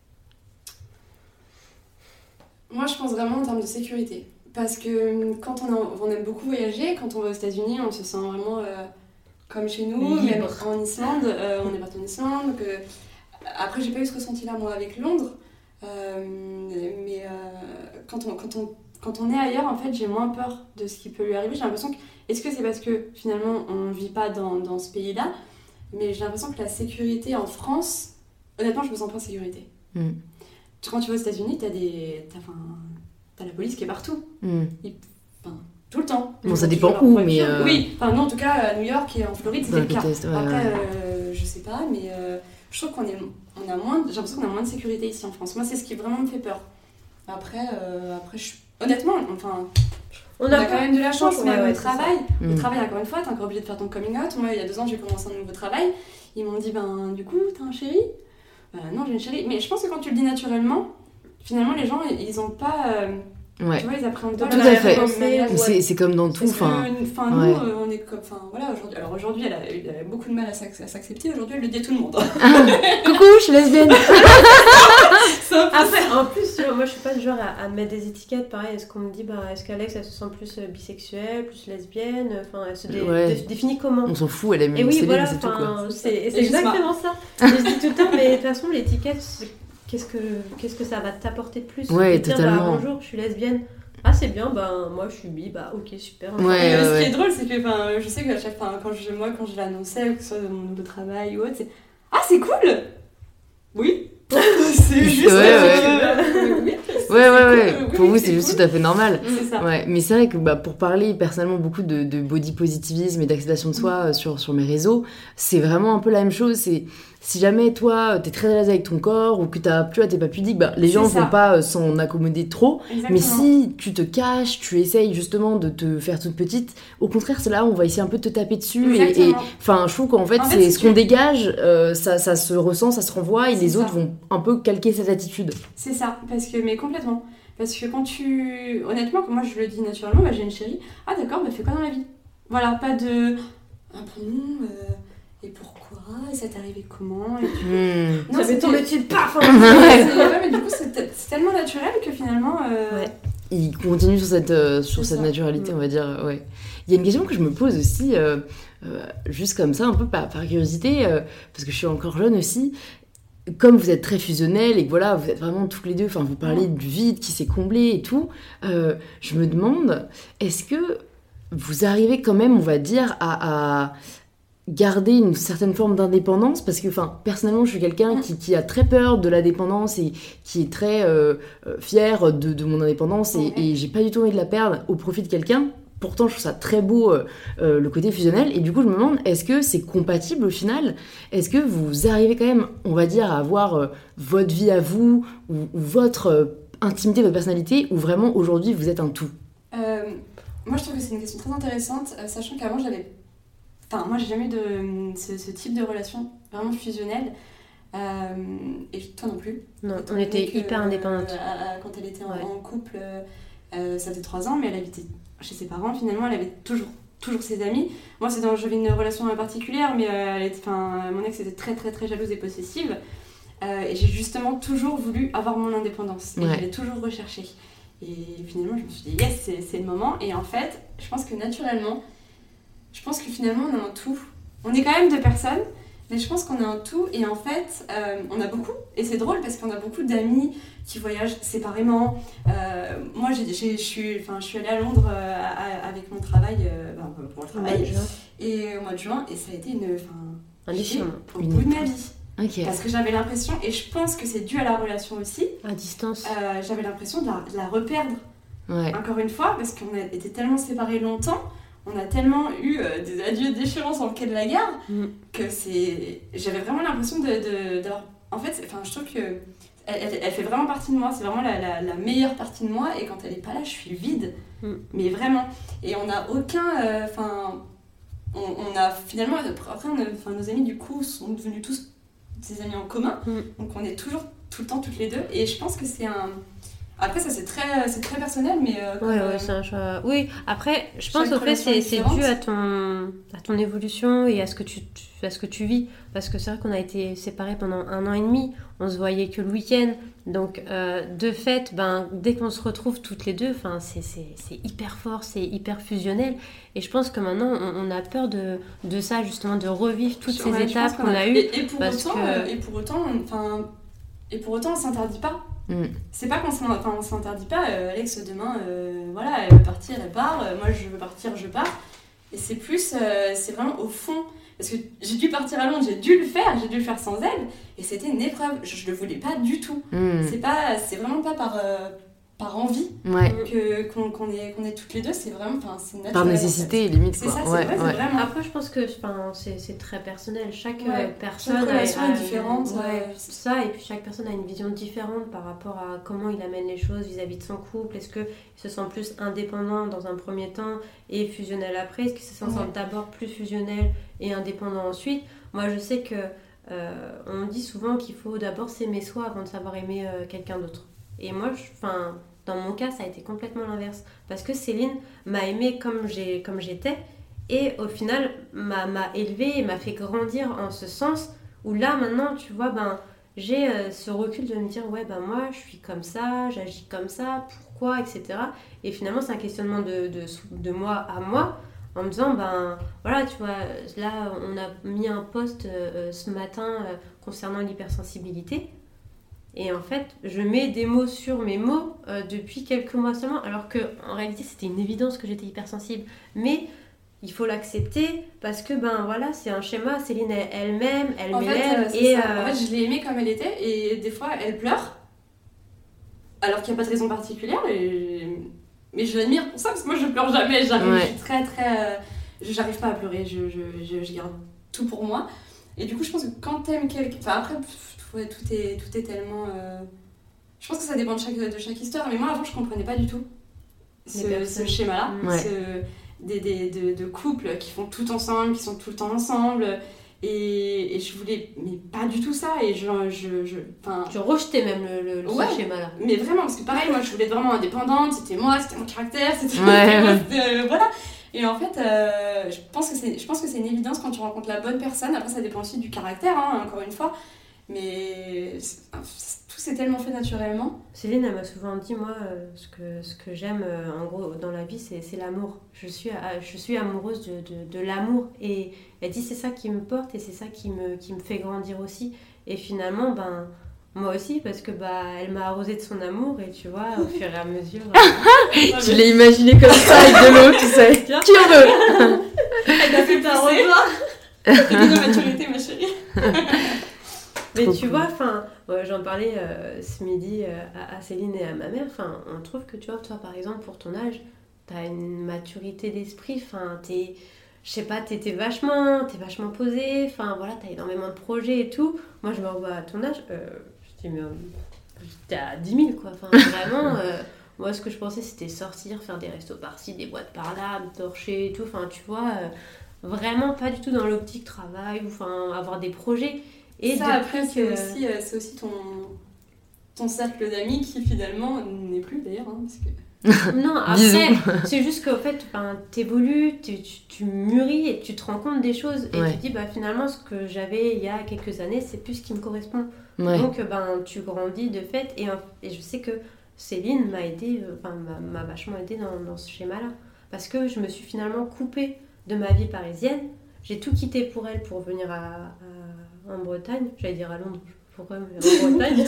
Moi, je pense vraiment en termes de sécurité. Parce que quand on, a- on aime beaucoup voyager, quand on va aux États-Unis, on se sent vraiment euh, comme chez nous. Libre. Même en Islande, euh, on est parti en Islande. Donc, euh, après, j'ai pas eu ce ressenti-là, moi, avec Londres. Euh, mais euh, quand, on, quand, on, quand on est ailleurs, en fait, j'ai moins peur de ce qui peut lui arriver. J'ai l'impression que. Est-ce que c'est parce que finalement, on vit pas dans, dans ce pays-là? Mais j'ai l'impression que la sécurité en France, honnêtement, je me sens pas en sécurité. Mm. Quand tu vas aux États-Unis, t'as des. T'as, enfin, t'as la police qui est partout. Mm. Tout le temps. Bon, ça Ils ont dépend toujours où, leur mais, voiture. euh, Oui, enfin, nous en tout cas, à New York et en Floride, Dans c'était le le cas. côté est, ouais, Après, ouais. euh, je sais pas, mais euh, je trouve qu'on est, on a moins, j'ai l'impression qu'on a moins de sécurité ici en France. Moi, c'est ce qui vraiment me fait peur. Après, euh, après je, honnêtement, enfin, on, a quand même de la chance, Ouais, même ouais, au c'est travail. Mm. Au travail, encore une fois, t'es encore obligé de faire ton coming out. Moi, il y a deux ans, j'ai commencé un nouveau travail. Ils m'ont dit, ben, du coup, t'as un chéri? Bah, non, j'ai une chérie. Mais je pense que quand tu le dis naturellement, finalement, les gens, ils ont pas. Euh, Ouais. Tu vois, ils appréhendent Tout pas à la fait. pensée, Mais ouais. c'est, c'est comme dans tout. Parce que, Enfin, enfin, nous, ouais. euh, on est comme. Enfin, voilà, aujourd'hui. Alors aujourd'hui, elle a, elle a beaucoup de mal à, s'ac- à s'accepter. Aujourd'hui, elle le dit à tout le monde. Ah, coucou, je suis lesbienne. Après, en plus, tu vois, moi je suis pas du genre à, à mettre des étiquettes. Pareil, est-ce qu'on me dit, bah, est-ce qu'Alex elle se sent plus euh, bisexuelle, plus lesbienne, enfin, elle se dé- Ouais. dé- définit comment? On s'en fout, elle aime Et oui, Céline, voilà, c'est tout, quoi. enfin, c'est, c'est Et juste exactement ça. Et je dis tout le temps, mais de toute façon, l'étiquette, c'est- qu'est-ce que, qu'est-ce que ça va t'apporter de plus? Ouais, De dire, totalement. bah, bonjour, je suis lesbienne. Ah, c'est bien, ben moi je suis bi, bah ok, super. Ouais, Et, euh, ouais, ce ouais. qui est drôle, c'est que enfin, je sais que à chaque fois, quand je, moi, quand je l'annonçais, que ce soit dans mon nouveau travail ou autre, c'est ah, c'est cool! Oui! C'est juste. Ouais, ouais. euh, oui, c'est- Ouais, c'est ouais, cool, ouais. oui, Pour oui, vous, c'est juste cool. tout à fait normal. C'est ça. Ouais, mais c'est vrai que bah, pour parler personnellement beaucoup de, de body positivisme et d'acceptation de soi euh, sur, sur mes réseaux, c'est vraiment un peu la même chose. C'est si jamais toi t'es très à l'aise avec ton corps ou que t'as plus à t'es pas pudique, bah, les C'est gens ça. vont pas euh, s'en accommoder trop. Exactement. Mais si tu te caches, tu essayes justement de te faire toute petite, au contraire, c'est là où on va essayer un peu de te taper dessus. Et, et Exactement. enfin, je trouve qu'en fait, En fait, c'est si ce tu- qu'on dégage, euh, ça, ça se ressent, ça se renvoie, et C'est les ça. autres vont un peu calquer cette attitude. C'est ça, parce que, mais complètement. Parce que quand tu. Honnêtement, quand moi je le dis naturellement, bah, j'ai une chérie. Ah d'accord, bah fais quoi dans la vie? Voilà, pas de. Ah bon, euh, et pourquoi? Et ça t'est arrivé comment? Et tu- Hmm. Non, Ça fait c'était- tomber dessus, paf. C'est- ouais, mais du coup, c'est te- c'est tellement naturel que finalement. euh, Ouais. Il continue sur cette, euh, sur C'est cette ça. naturalité, Mm. on va dire. Ouais. Il y a une question que je me pose aussi, euh, euh, juste comme ça, un peu par, par curiosité, euh, parce que je suis encore jeune aussi. Comme vous êtes très fusionnels et que voilà, vous êtes vraiment toutes les deux, enfin, vous parlez du vide qui s'est comblé et tout, euh, je me demande, est-ce que vous arrivez quand même, on va dire, à, à garder une certaine forme d'indépendance? Parce que, enfin, personnellement, je suis quelqu'un qui, qui a très peur de la dépendance et qui est très euh, euh, fier de, de mon indépendance et, Ouais. et j'ai pas du tout envie de la perdre au profit de quelqu'un. Pourtant, je trouve ça très beau, euh, euh, le côté fusionnel. Et du coup, je me demande, est-ce que c'est compatible au final? Est-ce que vous arrivez quand même, on va dire, à avoir euh, votre vie à vous, ou, ou votre euh, intimité, votre personnalité, ou vraiment, aujourd'hui, vous êtes un tout? euh, moi, je trouve que c'est une question très intéressante, euh, sachant qu'avant, j'avais. Enfin, moi, j'ai jamais eu de ce, ce type de relation vraiment fusionnelle. Euh, et toi non plus. Non, Étant on était donné que, hyper indépendantes. euh, à- à- quand elle était en, Ouais. en couple, euh, euh, ça faisait trois ans, mais elle habitait chez ses parents. Finalement, elle avait toujours, toujours ses amis. Moi, c'est dans, j'avais une relation particulière, mais euh, elle était, enfin, mon ex était très, très, très jalouse et possessive. Euh, et j'ai justement toujours voulu avoir mon indépendance. Et Ouais. je l'ai toujours recherché. Et finalement, je me suis dit, yes, c'est, c'est le moment. Et en fait, je pense que naturellement, je pense que finalement, on a un tout. On est quand même deux personnes. Mais je pense qu'on a un tout et en fait, euh, on a beaucoup. Et c'est drôle parce qu'on a beaucoup d'amis qui voyagent séparément. Euh, moi, j'ai, j'ai, je, suis, enfin, je suis allée à Londres euh, à- avec mon travail, euh, ben, pour le Ouais, travail, je vois. et au mois de juin. Et ça a été une, enfin, Un j'ai- déchirement. au Une bout de ma vie. Ok. Parce que j'avais l'impression, et je pense que c'est dû à la relation aussi, À distance. euh, j'avais l'impression de la, de la reperdre. Ouais. Encore une fois, parce qu'on a été tellement séparés longtemps. On a tellement eu euh, des adieux déchirants sur le quai de la gare Mm. que c'est. J'avais vraiment l'impression de, de, d'avoir. En fait, c'est- enfin, je trouve que elle, elle, elle fait vraiment partie de moi. C'est vraiment la, la, la meilleure partie de moi. Et quand elle est pas là, je suis vide. Mm. Mais vraiment. Et on n'a aucun. Enfin, on, on a finalement. Après, on a- enfin, nos amis du coup sont devenus tous des amis en commun. Mm. Donc on est toujours tout le temps toutes les deux. Et je pense que c'est un. Après, ça c'est très, c'est très personnel, mais. euh, Ouais, comme, ouais, c'est un choix. Oui, après, je pense Chaque au fait relation c'est est c'est différente. dû à ton, à ton évolution et à ce, que tu, tu- à ce que tu vis. Parce que c'est vrai qu'on a été séparés pendant un an et demi, on se voyait que le week-end. Donc, euh, de fait, ben, dès qu'on se retrouve toutes les deux, c'est c'est- c'est hyper fort, c'est hyper fusionnel. Et je pense que maintenant, on, on a peur de, de ça, justement, de revivre toutes ces Ouais, je pense étapes qu'on a eues. Et, et pour parce autant, que- euh, et pour autant, enfin, et pour autant, on s'interdit pas. Mm. C'est pas qu'on s'en- enfin, on s'interdit pas. euh, Alex demain, euh, voilà, elle veut partir, elle part. euh, moi, je veux partir, je pars. Et c'est plus, euh, c'est vraiment au fond. Parce que j'ai dû partir à Londres, j'ai dû le faire, j'ai dû le faire sans elle. Et c'était une épreuve. Je, je le voulais pas du tout. Mm. C'est pas, c'est vraiment pas par, euh, par envie Ouais. que qu'on qu'on est qu'on est toutes les deux. C'est vraiment, enfin, c'est naturel. Par en fait. nécessité, limite, C'est quoi. ça, c'est ouais, vrai, c'est ouais. vraiment. Après, je pense que enfin, c'est c'est très personnel. Chaque Ouais, euh, personne chaque a- relation a, est différente, Ouais, euh, c'est ça. Et puis chaque personne a une vision différente par rapport à comment il amène les choses vis-à-vis de son couple. Est-ce qu'il se sent plus indépendant dans un premier temps et fusionnel après? Est-ce qu'il se sent Ouais. d'abord plus fusionnel et indépendant ensuite? Moi, je sais que euh, on dit souvent qu'il faut d'abord s'aimer soi avant de savoir aimer euh, quelqu'un d'autre. Et moi, je, 'fin, Dans mon cas, ça a été complètement l'inverse. Parce que Céline m'a aimée comme, j'ai, comme j'étais et au final m'a, m'a élevée et m'a fait grandir en ce sens où là, maintenant, tu vois, ben, j'ai euh, ce recul de me dire, ouais, ben moi, je suis comme ça, j'agis comme ça, pourquoi, et cetera. Et finalement, c'est un questionnement de, de, de moi à moi, en me disant, ben voilà, tu vois, là, on a mis un post euh, ce matin euh, concernant l'hypersensibilité. Et en fait, je mets des mots sur mes mots euh, depuis quelques mois seulement, alors qu'en réalité, c'était une évidence que j'étais hypersensible. Mais il faut l'accepter parce que, ben voilà, c'est un schéma. Céline, elle, elle m'aime, elle en m'élève. Fait, et euh... euh... En fait, je l'ai aimée comme elle était, et des fois, elle pleure, alors qu'il n'y a pas de raison particulière. Et... Mais je l'admire pour ça, parce que moi, je pleure jamais. J'arrive, ouais. Je suis très, très... Euh... J'arrive pas à pleurer, je, je, je, je garde tout pour moi. Et du coup, je pense que quand t'aimes quelqu'un... Enfin, après... Ouais, tout est, tout est tellement... Euh... Je pense que ça dépend de chaque, de chaque histoire, mais moi avant je comprenais pas du tout ce, ce schéma-là, ouais. ce, des, des, de, de couples qui font tout ensemble, qui sont tout le temps ensemble, et, et je voulais mais pas du tout ça, et je... je, je enfin... Tu rejetais même le, le, ouais, ce schéma-là. Mais vraiment, parce que pareil, moi je voulais être vraiment indépendante, c'était moi, c'était mon caractère, c'était... Ouais, ouais. c'était euh, voilà. Et en fait, euh, je, pense que c'est, je pense que c'est une évidence quand tu rencontres la bonne personne, après ça dépend aussi du caractère, hein, encore une fois. Mais tout s'est tellement fait naturellement. Céline, elle m'a souvent dit, moi, euh, ce, que, ce que j'aime, euh, en gros, dans la vie, c'est, c'est l'amour. Je suis, à, je suis amoureuse de, de, de l'amour. Et elle dit, c'est ça qui me porte et c'est ça qui me, qui me fait grandir aussi. Et finalement, ben, moi aussi, parce que bah, elle m'a arrosée de son amour. Et tu vois, au fur et à mesure... euh... Tu l'as imaginé comme ça, avec de l'eau, tu sais. Qui en veut? Elle a fait ta revoir. T'as de maturité, ma chérie. Mais Trop tu cool. vois, enfin, ouais, j'en parlais euh, ce midi euh, à, à Céline et à ma mère. Enfin, on trouve que tu vois, toi, par exemple, pour ton âge, t'as une maturité d'esprit. Enfin, t'es, je sais pas, t'es, t'es vachement, t'es vachement posée. Enfin, voilà, t'as énormément de projets et tout. Moi, je me revois à ton âge. Euh, je dis mais euh, j'étais à dix mille quoi. Enfin, vraiment. Euh, moi, ce que je pensais, c'était sortir, faire des restos par-ci, des boîtes par-là, me torcher et tout. Enfin, tu vois, euh, vraiment pas du tout dans l'optique travail ou enfin avoir des projets. Et ça, après, c'est, que... aussi, euh, c'est aussi ton, ton cercle d'amis qui, finalement, n'est plus, d'ailleurs, hein, parce que... Non, après, c'est juste qu'en fait, ben, t'évolues, tu, tu mûris et tu te rends compte des choses. Et ouais. tu te dis, bah, finalement, ce que j'avais il y a quelques années, c'est plus ce qui me correspond. Ouais. Donc, ben, tu grandis de fait. Et, et je sais que Céline m'a aidée, enfin, m'a, m'a vachement aidée dans, dans ce schéma-là. Parce que je me suis finalement coupée de ma vie parisienne. J'ai tout quitté pour elle pour venir à... à en Bretagne, j'allais dire à Londres, pourquoi me dire en Bretagne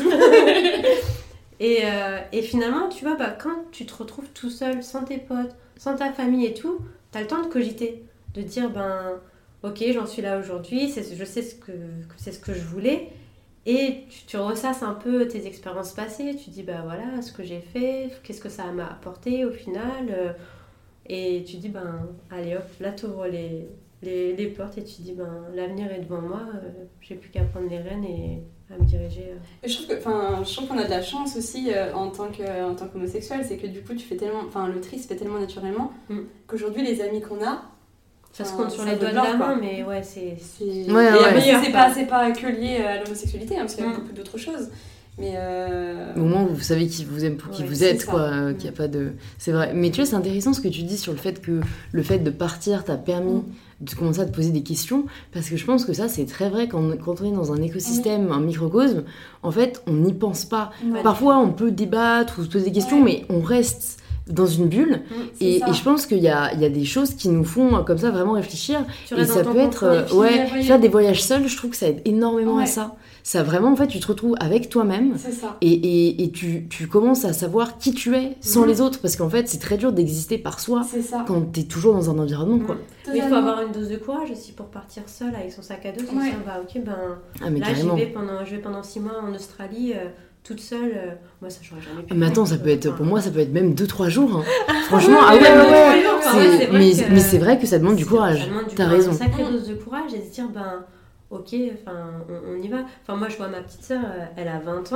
et, euh, et finalement, tu vois, bah, quand tu te retrouves tout seul, sans tes potes, sans ta famille et tout, t'as le temps de cogiter, de dire, ben, ok, j'en suis là aujourd'hui, c'est, je sais ce que, que c'est ce que je voulais, et tu, tu ressasses un peu tes expériences passées, tu dis, bah voilà, ce que j'ai fait, qu'est-ce que ça m'a apporté au final, euh, et tu dis, ben, allez hop, là t'ouvres les... Les, les portes et tu te dis ben l'avenir est devant moi, euh, j'ai plus qu'à prendre les rênes et à me diriger. Euh. Et je trouve que enfin je trouve qu'on a de la chance aussi euh, en tant que en tant qu'homosexuel, c'est que du coup tu fais tellement enfin le tri se fait tellement naturellement mm. qu'aujourd'hui les amis qu'on a ça se compte sur les doigts de la main, mais ouais c'est c'est ouais, ouais, ouais. Mais c'est pas c'est pas que lié à l'homosexualité hein, parce qu'il y a mm. beaucoup d'autres choses. Mais euh... au moins vous savez qui vous aime pour qui ouais, vous êtes quoi euh, qu'il y a pas de c'est vrai mais tu vois c'est intéressant ce que tu dis sur le fait que le fait de partir t'a permis mm. de commencer à te poser des questions parce que je pense que ça c'est très vrai quand, quand on est dans un écosystème oui. un microcosme en fait on n'y pense pas ouais. Parfois on peut débattre ou se poser des questions ouais. mais on reste dans une bulle mmh, et, et je pense qu'il y a, il y a des choses qui nous font comme ça vraiment réfléchir et ça peut être euh, ouais, faire des voyages seuls je trouve que ça aide énormément ouais. à ça ça vraiment en fait tu te retrouves avec toi-même et, et, et tu, tu commences à savoir qui tu es sans mmh. les autres parce qu'en fait c'est très dur d'exister par soi quand t'es toujours dans un environnement mmh. quoi. Mais il faut avoir une dose de courage aussi pour partir seul avec son sac à dos se ouais. dire bah ok ben ah, là j'y vais pendant, je vais pendant six mois en Australie euh, toute seule, euh, moi ça j'aurais jamais pu. Mais attends, ça peut être, enfin... pour moi ça peut être même deux trois jours. Hein. Franchement, ah ouais, ouais, ouais. C'est... Ouais, c'est mais, que... mais c'est vrai que ça demande du courage. Demande du T'as courage, raison. Une sacrée dose de courage et de se dire, ben, ok, enfin, on, on y va. Enfin, moi je vois ma petite sœur, elle a vingt ans,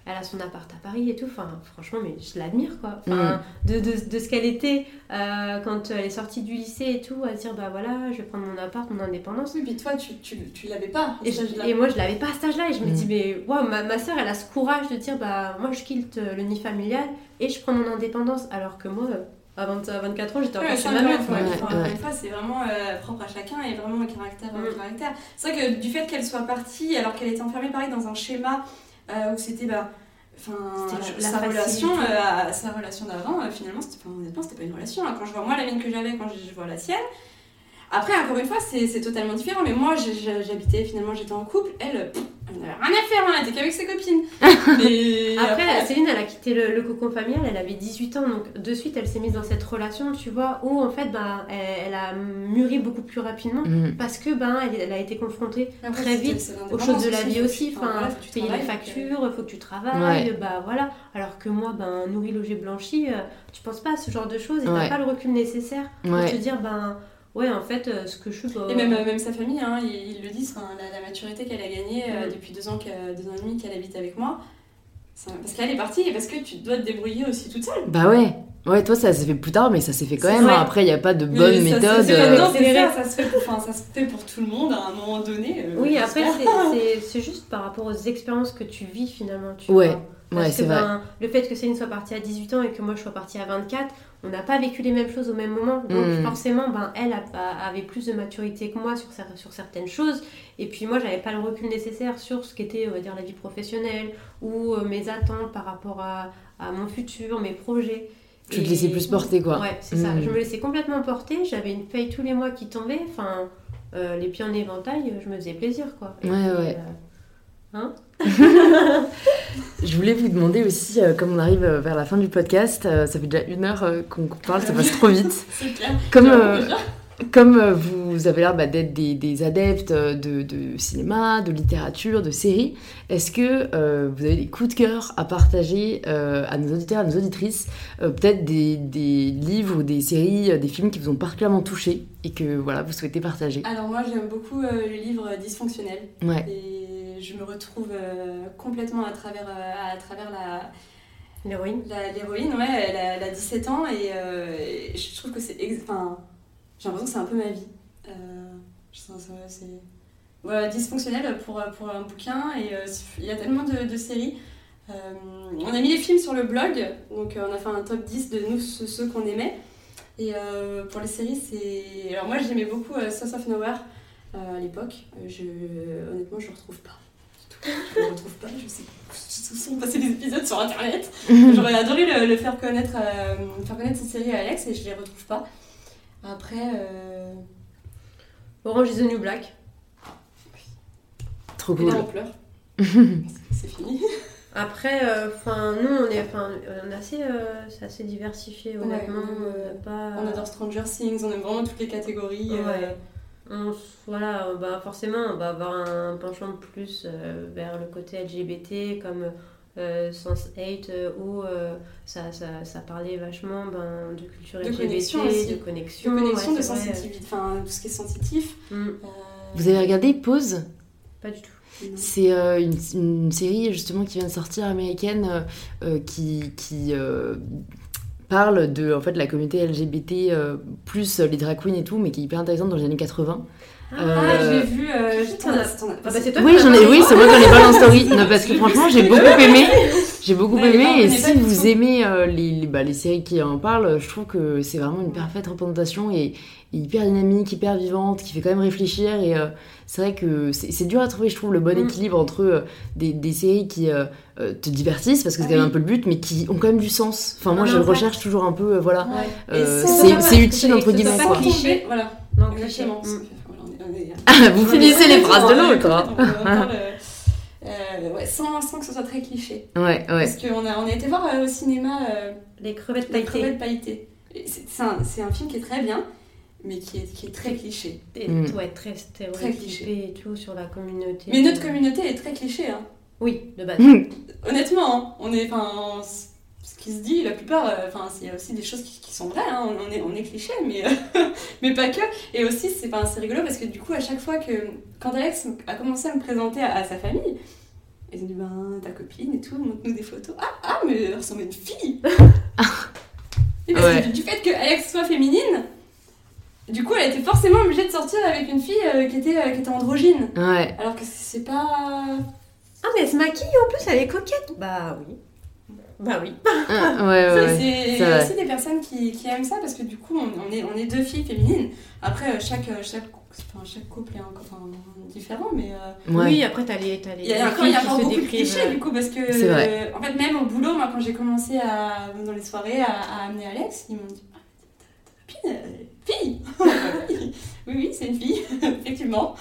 elle a son appart à Paris et tout. Enfin, franchement, mais je l'admire, quoi. Enfin, mmh. de, de, de ce qu'elle était euh, quand elle est sortie du lycée et tout, à se dire, bah voilà, je vais prendre mon appart, mon indépendance. Oui, puis toi, tu, tu, tu l'avais pas. Et, je, et moi, je l'avais pas à cet âge-là. Et je me mmh. dis, mais waouh, ma, ma soeur, elle a ce courage de dire, bah moi, je quitte le nid familial et je prends mon indépendance. Alors que moi, à, vingt, à vingt-quatre ans, j'étais encore chez ma mère. Encore une fois, c'est vraiment euh, propre à chacun et vraiment un caractère. Mmh. Euh, caractère. C'est vrai que du fait qu'elle soit partie, alors qu'elle était enfermée, pareil, dans un schéma euh, où c'était. Bah, Enfin, la, sa, la relation, euh, sa relation d'avant, euh, finalement, c'était pas, honnêtement, c'était pas une relation. Hein. Quand je vois moi la mienne que j'avais, quand je, je vois la sienne. Après, encore une fois, c'est, c'est totalement différent. Mais moi, j'habitais, finalement, j'étais en couple. Elle, pff, elle n'avait rien à faire, hein, elle était qu'avec ses copines. Et après, après, Céline, elle a quitté le, le cocon familial, elle avait dix-huit ans. Donc, de suite, elle s'est mise dans cette relation, tu vois, où en fait, bah, elle, elle a mûri beaucoup plus rapidement. Mmh. Parce que, bah, elle, elle a été confrontée après, très vite aux choses de la vie aussi. Enfin, voilà, faut payer les factures, il faut que tu travailles, ouais. bah voilà. Alors que moi, ben, nourri, logé, blanchi, euh, tu penses pas à ce genre de choses et ouais. t'as pas le recul nécessaire pour ouais. te dire, ben. Ouais, en fait, euh, ce que je suis... Bah, et même, même sa famille, hein, ils, ils le disent, la, la maturité qu'elle a gagnée euh, mmh. depuis deux ans, deux ans et demi qu'elle habite avec moi, ça, parce qu'elle est partie et parce que tu dois te débrouiller aussi toute seule. Bah ouais, ouais, toi ça s'est fait plus tard, mais ça s'est fait quand c'est même. Vrai. Après, il n'y a pas de bonne mais méthode. Ça, euh... Non, c'est ça, ça se, fait pour, ça se fait pour tout le monde à un moment donné. Euh, oui, après, c'est, c'est, c'est juste par rapport aux expériences que tu vis finalement. Tu ouais. vois. Parce ouais, que c'est ben, vrai. Le fait que Céline soit partie à dix-huit ans et que moi je sois partie à vingt-quatre, on n'a pas vécu les mêmes choses au même moment. Donc mmh. forcément, ben, elle a, a, avait plus de maturité que moi sur, sur certaines choses. Et puis moi, j'avais pas le recul nécessaire sur ce qu'était, on va dire, la vie professionnelle ou euh, mes attentes par rapport à, à mon futur, mes projets. Tu et... te laissais plus porter, quoi. Ouais, c'est mmh. ça. Je me laissais complètement porter. J'avais une paye tous les mois qui tombait. Enfin, euh, les pieds en éventail, je me faisais plaisir, quoi. Et ouais, puis, ouais. Euh... Hein Je voulais vous demander aussi, euh, comme on arrive vers la fin du podcast, euh, ça fait déjà une heure euh, qu'on parle, ça passe trop vite. C'est clair. Comme, euh, comme euh, vous avez l'air bah, d'être des, des adeptes de, de cinéma, de littérature, de séries, est-ce que euh, vous avez des coups de cœur à partager euh, à nos auditeurs, à nos auditrices, euh, peut-être des, des livres ou des séries, des films qui vous ont particulièrement touché et que voilà, vous souhaitez partager? Alors moi j'aime beaucoup euh, le livre Dysfonctionnel. Ouais. Et je me retrouve euh, complètement à travers, euh, à travers la... L'héroïne la, L'héroïne, ouais, elle a, elle a dix-sept ans et, euh, et je trouve que c'est... Ex... Enfin, j'ai l'impression que c'est un peu ma vie. Euh, je sens, c'est... Voilà, Dysfonctionnel pour, pour un bouquin et euh, il y a tellement de, de séries. Euh, on a mis les films sur le blog, donc euh, on a fait un top dix de nous, ceux, ceux qu'on aimait. Et euh, pour les séries, c'est... Alors moi j'aimais beaucoup euh, Sons of Nowhere euh, à l'époque. Je... Honnêtement, je ne le retrouve pas. Je ne le retrouve pas, je sais pas. Ce sont passés des épisodes sur internet. J'aurais adoré le, le faire connaître, euh, faire connaître cette série à Alex et je ne les retrouve pas. Après. Euh... Orange is the New Black. Trop cool. Et là, on pleure. c'est, c'est fini. Après, enfin, euh, nous, on est, on est assez, euh, c'est assez diversifié, honnêtement. Ouais, euh, pas... On adore Stranger Things, on aime vraiment toutes les catégories. Ouais. Euh... On, voilà, bah forcément, on va avoir un penchant plus euh, vers le côté L G B T, comme euh, Sense eight, euh, où euh, ça, ça, ça parlait vachement ben, de culture de L G B T, connexion aussi. de connexion, de, connexion, ouais, de sensitivité, enfin tout ce qui est sensitif. Mm. Euh... Vous avez regardé Pause ? Pas du tout. C'est euh, une, une série justement qui vient de sortir américaine euh, qui, qui euh, parle de en fait, la communauté L G B T, euh, plus les drag queens et tout, mais qui est hyper intéressante dans les années quatre-vingts. Ah, euh... je l'ai vu, euh, je t'en ai... Ah, bah, c'est toi oui, j'en ai, oui, c'est moi j'en ai pas en story. Non, parce que franchement, j'ai beaucoup aimé. J'ai beaucoup ouais, aimé, non, et si vous aimez euh, les, les, bah, les séries qui en parlent, je trouve que c'est vraiment une parfaite représentation et, et hyper dynamique, hyper vivante, qui fait quand même réfléchir. Et euh, c'est vrai que c'est, c'est dur à trouver, je trouve, le bon mm. équilibre entre euh, des, des séries qui euh, te divertissent, parce que c'est ah, quand même oui. un peu le but, mais qui ont quand même du sens. Enfin, moi, ah, je le recherche toujours un peu, euh, voilà. Ouais. Euh, c'est, c'est utile, entre guillemets, quoi. Cliché, voilà. Donc, exactement. Ah, vous finissez les phrases de l'autre, hein. Euh, ouais, sans, sans que ce soit très cliché. Ouais, ouais. Parce qu'on a, on a été voir euh, au cinéma euh, Les crevettes les pailletées. Crevettes pailletées. C'est, c'est, un, c'est un film qui est très bien, mais qui est, qui est très cliché. Et mm. ouais, très stéréotypé et tout sur la communauté. Mais notre communauté est très cliché. Hein. Oui, de base. Mm. Honnêtement, hein, on est, ce qui se dit, la plupart, enfin, il y a aussi des choses qui, qui sont vraies. Hein, on, on, est, on est cliché, mais, mais pas que. Et aussi, c'est, c'est rigolo parce que du coup, à chaque fois que, quand Alex a commencé à me présenter à, à sa famille, Et ils ont dit, ben, ta copine et tout, montre-nous des photos. Ah, ah, mais elle ressemble à une fille. Et parce Ouais. que du fait que Alex soit féminine, du coup, elle était forcément obligée de sortir avec une fille euh, qui, était, euh, qui était androgyne. Ouais. Alors que c'est pas... Ah, mais elle se maquille en plus, elle est coquette. Bah oui. Bah oui. Ah, ouais, ouais, ouais. C'est il y c'est a vrai. aussi des personnes qui, qui aiment ça parce que du coup, on, on, est, on est deux filles féminines. Après, euh, chaque, euh, chaque, enfin, chaque couple est encore enfin, différent, mais... euh, Ouais. Oui, après, t'as les, t'as les Il y a les encore, il y a filles encore qui se beaucoup de décrivent. clichés du coup parce que C'est vrai. euh, en fait même au boulot moi quand j'ai commencé à dans les soirées à, à amener Alex ils m'ont dit ah, ta copine euh, fille oui oui c'est une fille effectivement.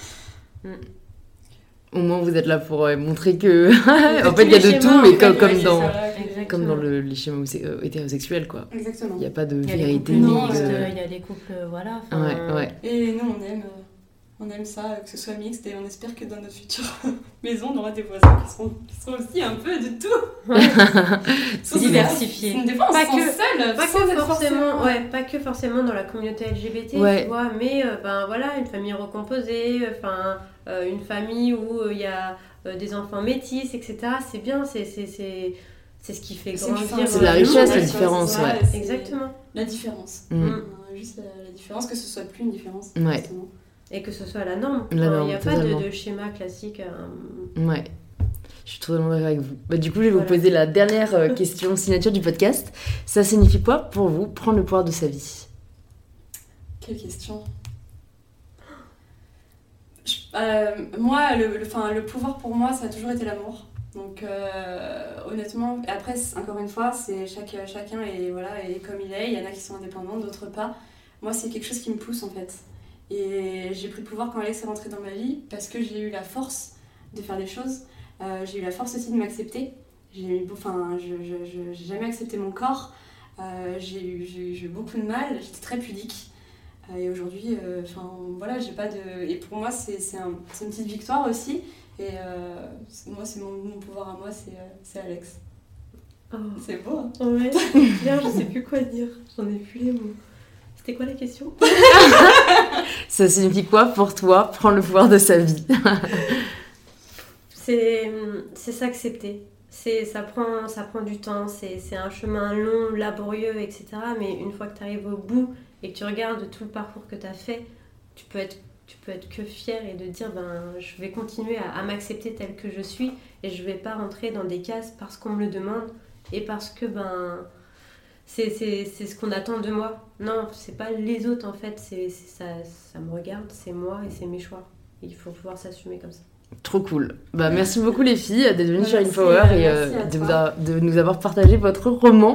Au moins, vous êtes là pour euh, montrer que. De en fait, tous il y a les de schémas, tout, en mais fait, comme, ouais, comme c'est dans. ça, Exactement. Comme dans le, les schémas homosé- euh, hétérosexuels, quoi. exactement. Il n'y a pas de Il y a les vérité. couples ni mixtes, de- il y a des couples, voilà. enfin, Ouais, ouais. Et nous on aime euh, on aime ça que ce soit mixte et on espère que dans notre future maison on aura des voisins qui seront, qui seront aussi un peu de tout. C'est diversifié. Des fois on Pas se sent que- seul Pas sans que être forcément, ouais, pas que forcément dans la communauté L G B T, Ouais. tu vois, mais euh, ben voilà, une famille recomposée, enfin euh, une famille où il y a euh, des enfants métis, et cetera. C'est bien, c'est c'est c'est c'est ce qui fait C'est grandir. différent. C'est de la euh, richesse, nous, la ouais, différence, c'est ça, ouais. c'est- Exactement. La différence. Mm. Mm. Euh, Juste la, la différence, que ce soit plus une différence. Ouais. justement. Et que ce soit la norme. La Enfin, norme, il n'y a pas totalement. de, de schéma classique. euh, Ouais. Je suis totalement d'accord avec vous. Bah, du coup, je vais vous Voilà. poser la dernière euh, question signature du podcast. Ça signifie quoi pour vous prendre le pouvoir de sa vie? Quelle question. Je- euh, moi, le, le, enfin, le pouvoir pour moi, ça a toujours été l'amour. Donc, euh, honnêtement, après, c'est- encore une fois, c'est chaque, chacun est, voilà, est comme il est. Il y en a qui sont indépendants, d'autres pas. Moi, c'est quelque chose qui me pousse en fait. Et j'ai pris le pouvoir quand Alex est rentré dans ma vie parce que j'ai eu la force de faire des choses. Euh, j'ai eu la force aussi de m'accepter. J'ai eu, enfin, je, je, je- j'ai jamais accepté mon corps. Euh, j'ai eu, j'ai eu- j'ai eu beaucoup de mal. J'étais très pudique. Euh, et aujourd'hui, euh, enfin, voilà, j'ai pas de. Et pour moi, c'est, c'est, un, c'est une petite victoire aussi. Et euh, c'est- moi, c'est mon, mon pouvoir à moi, c'est, euh, c'est Alex. Oh. C'est beau, hein. Ouais, bien, je sais plus quoi dire. J'en ai plus les mots. C'était quoi la question? Ça signifie quoi pour toi prendre le pouvoir de sa vie? C'est, c'est s'accepter. C'est, ça, prend, ça prend du temps, c'est, c'est un chemin long, laborieux, et cetera. Mais une fois que tu arrives au bout et que tu regardes tout le parcours que tu as fait, tu peux être, tu peux être que fier et de dire ben, je vais continuer à, à m'accepter telle que je suis et je vais pas rentrer dans des cases parce qu'on me le demande et parce que ben, c'est, c'est, c'est ce qu'on attend de moi. Non, c'est pas les autres en fait, c'est, c'est ça, ça me regarde, c'est moi et c'est mes choix. Et il faut pouvoir s'assumer comme ça. Trop cool. Bah, merci beaucoup les filles d'être venues sur Merci, InPower et euh, merci à de, toi. vous a- de nous avoir partagé votre roman.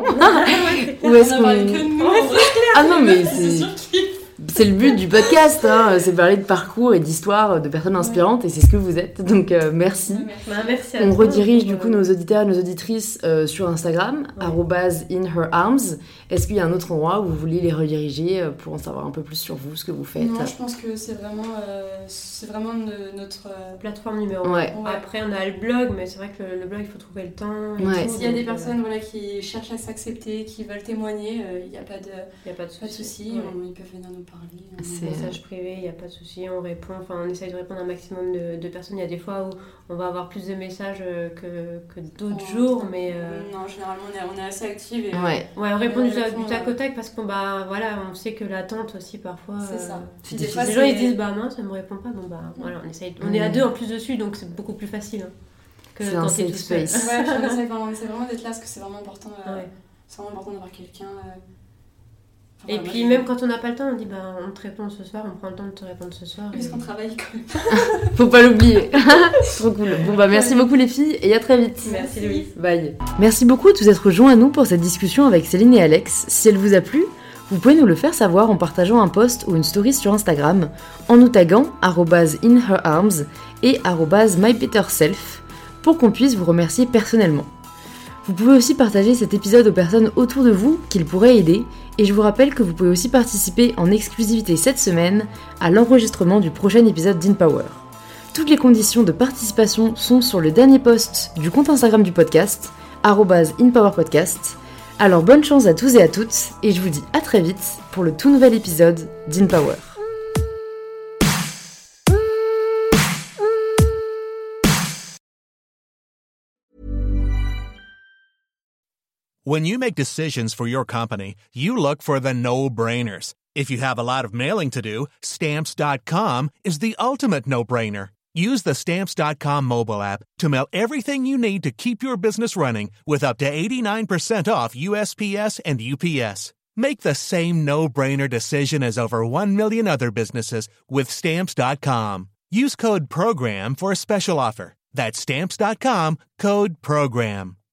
Où On est-ce a parlé qu'on... que de nous. Ah non, mais c'est c'est... sûr qu'il C'est le but du podcast, hein, c'est parler de parcours et d'histoire de personnes inspirantes et c'est ce que vous êtes, donc euh, merci. Bah, merci à On toi redirige pour, du coup euh, nos auditeurs et nos auditrices euh, sur Instagram, Ouais. arobase in her arms. Est-ce qu'il y a un autre endroit où vous voulez les rediriger euh, pour en savoir un peu plus sur vous, ce que vous faites? Non, je pense que c'est vraiment, euh, c'est vraiment ne- notre. euh, plateforme numéro Ouais. un. Après, on a le blog, mais c'est vrai que le, le blog, il faut trouver le temps. et Ouais. tout, S'il y a des donc, euh, personnes voilà, qui cherchent à s'accepter, qui veulent témoigner, il n'y a pas de, Il n'y a pas de pas de souci. souci, Ouais. on- ils peuvent venir nous parler. on- C'est- Message privé, il n'y a pas de souci, on répond. Enfin, on essaye de répondre à un maximum de, de personnes. Il y a des fois où on va avoir plus de messages euh, que, que d'autres on- jours, mais. euh, Non, généralement, on est, on est assez actifs. Et, Ouais, Ouais, on répond on du, ta- répond, du tac euh, au tac parce qu'on bah, voilà, on sait que l'attente aussi parfois. C'est euh, ça. c'est Puis des difficile. fois, Les gens ils c'est- disent bah non, ça me répond pas. Bon bah voilà, on essaye. On est à Mm. deux en plus dessus, donc c'est beaucoup plus facile hein, que C'est un quand t'es safe tout seul. space. Ouais, puis on essaie vraiment, on essaie vraiment d'être là parce que c'est vraiment important. euh, Ouais. C'est vraiment important d'avoir quelqu'un. euh, enfin, Et voilà, puis moi, même quand on n'a pas le temps, on dit bah on te répond ce soir, on prend le temps de te répondre ce soir. je- Parce et- qu'on travaille quand même. faut pas l'oublier. Trop cool. Bon bah merci beaucoup les filles et à très vite. Merci Louise. Bye. Merci beaucoup de vous être rejoints à nous pour cette discussion avec Céline et Alex. Si elle vous a plu, vous pouvez nous le faire savoir en partageant un post ou une story sur Instagram, en nous taguant arobase in her arms et arobase my better self pour qu'on puisse vous remercier personnellement. Vous pouvez aussi partager cet épisode aux personnes autour de vous qu'il pourrait aider et je vous rappelle que vous pouvez aussi participer en exclusivité cette semaine à l'enregistrement du prochain épisode d'InPower. Toutes les conditions de participation sont sur le dernier post du compte Instagram du podcast, arobase InPowerPodcast. Alors bonne chance à tous et à toutes, et je vous dis à très vite pour le tout nouvel épisode d'InPower. When you make decisions for your company, you look for the no-brainers. If you have a lot of mailing to do, Stamps dot com is the ultimate no-brainer. Use the Stamps dot com mobile app to mail everything you need to keep your business running with up to eighty-nine percent off U S P S and U P S. Make the same no-brainer decision as over one million other businesses with Stamps dot com. Use code PROGRAM for a special offer. That's Stamps dot com, code PROGRAM.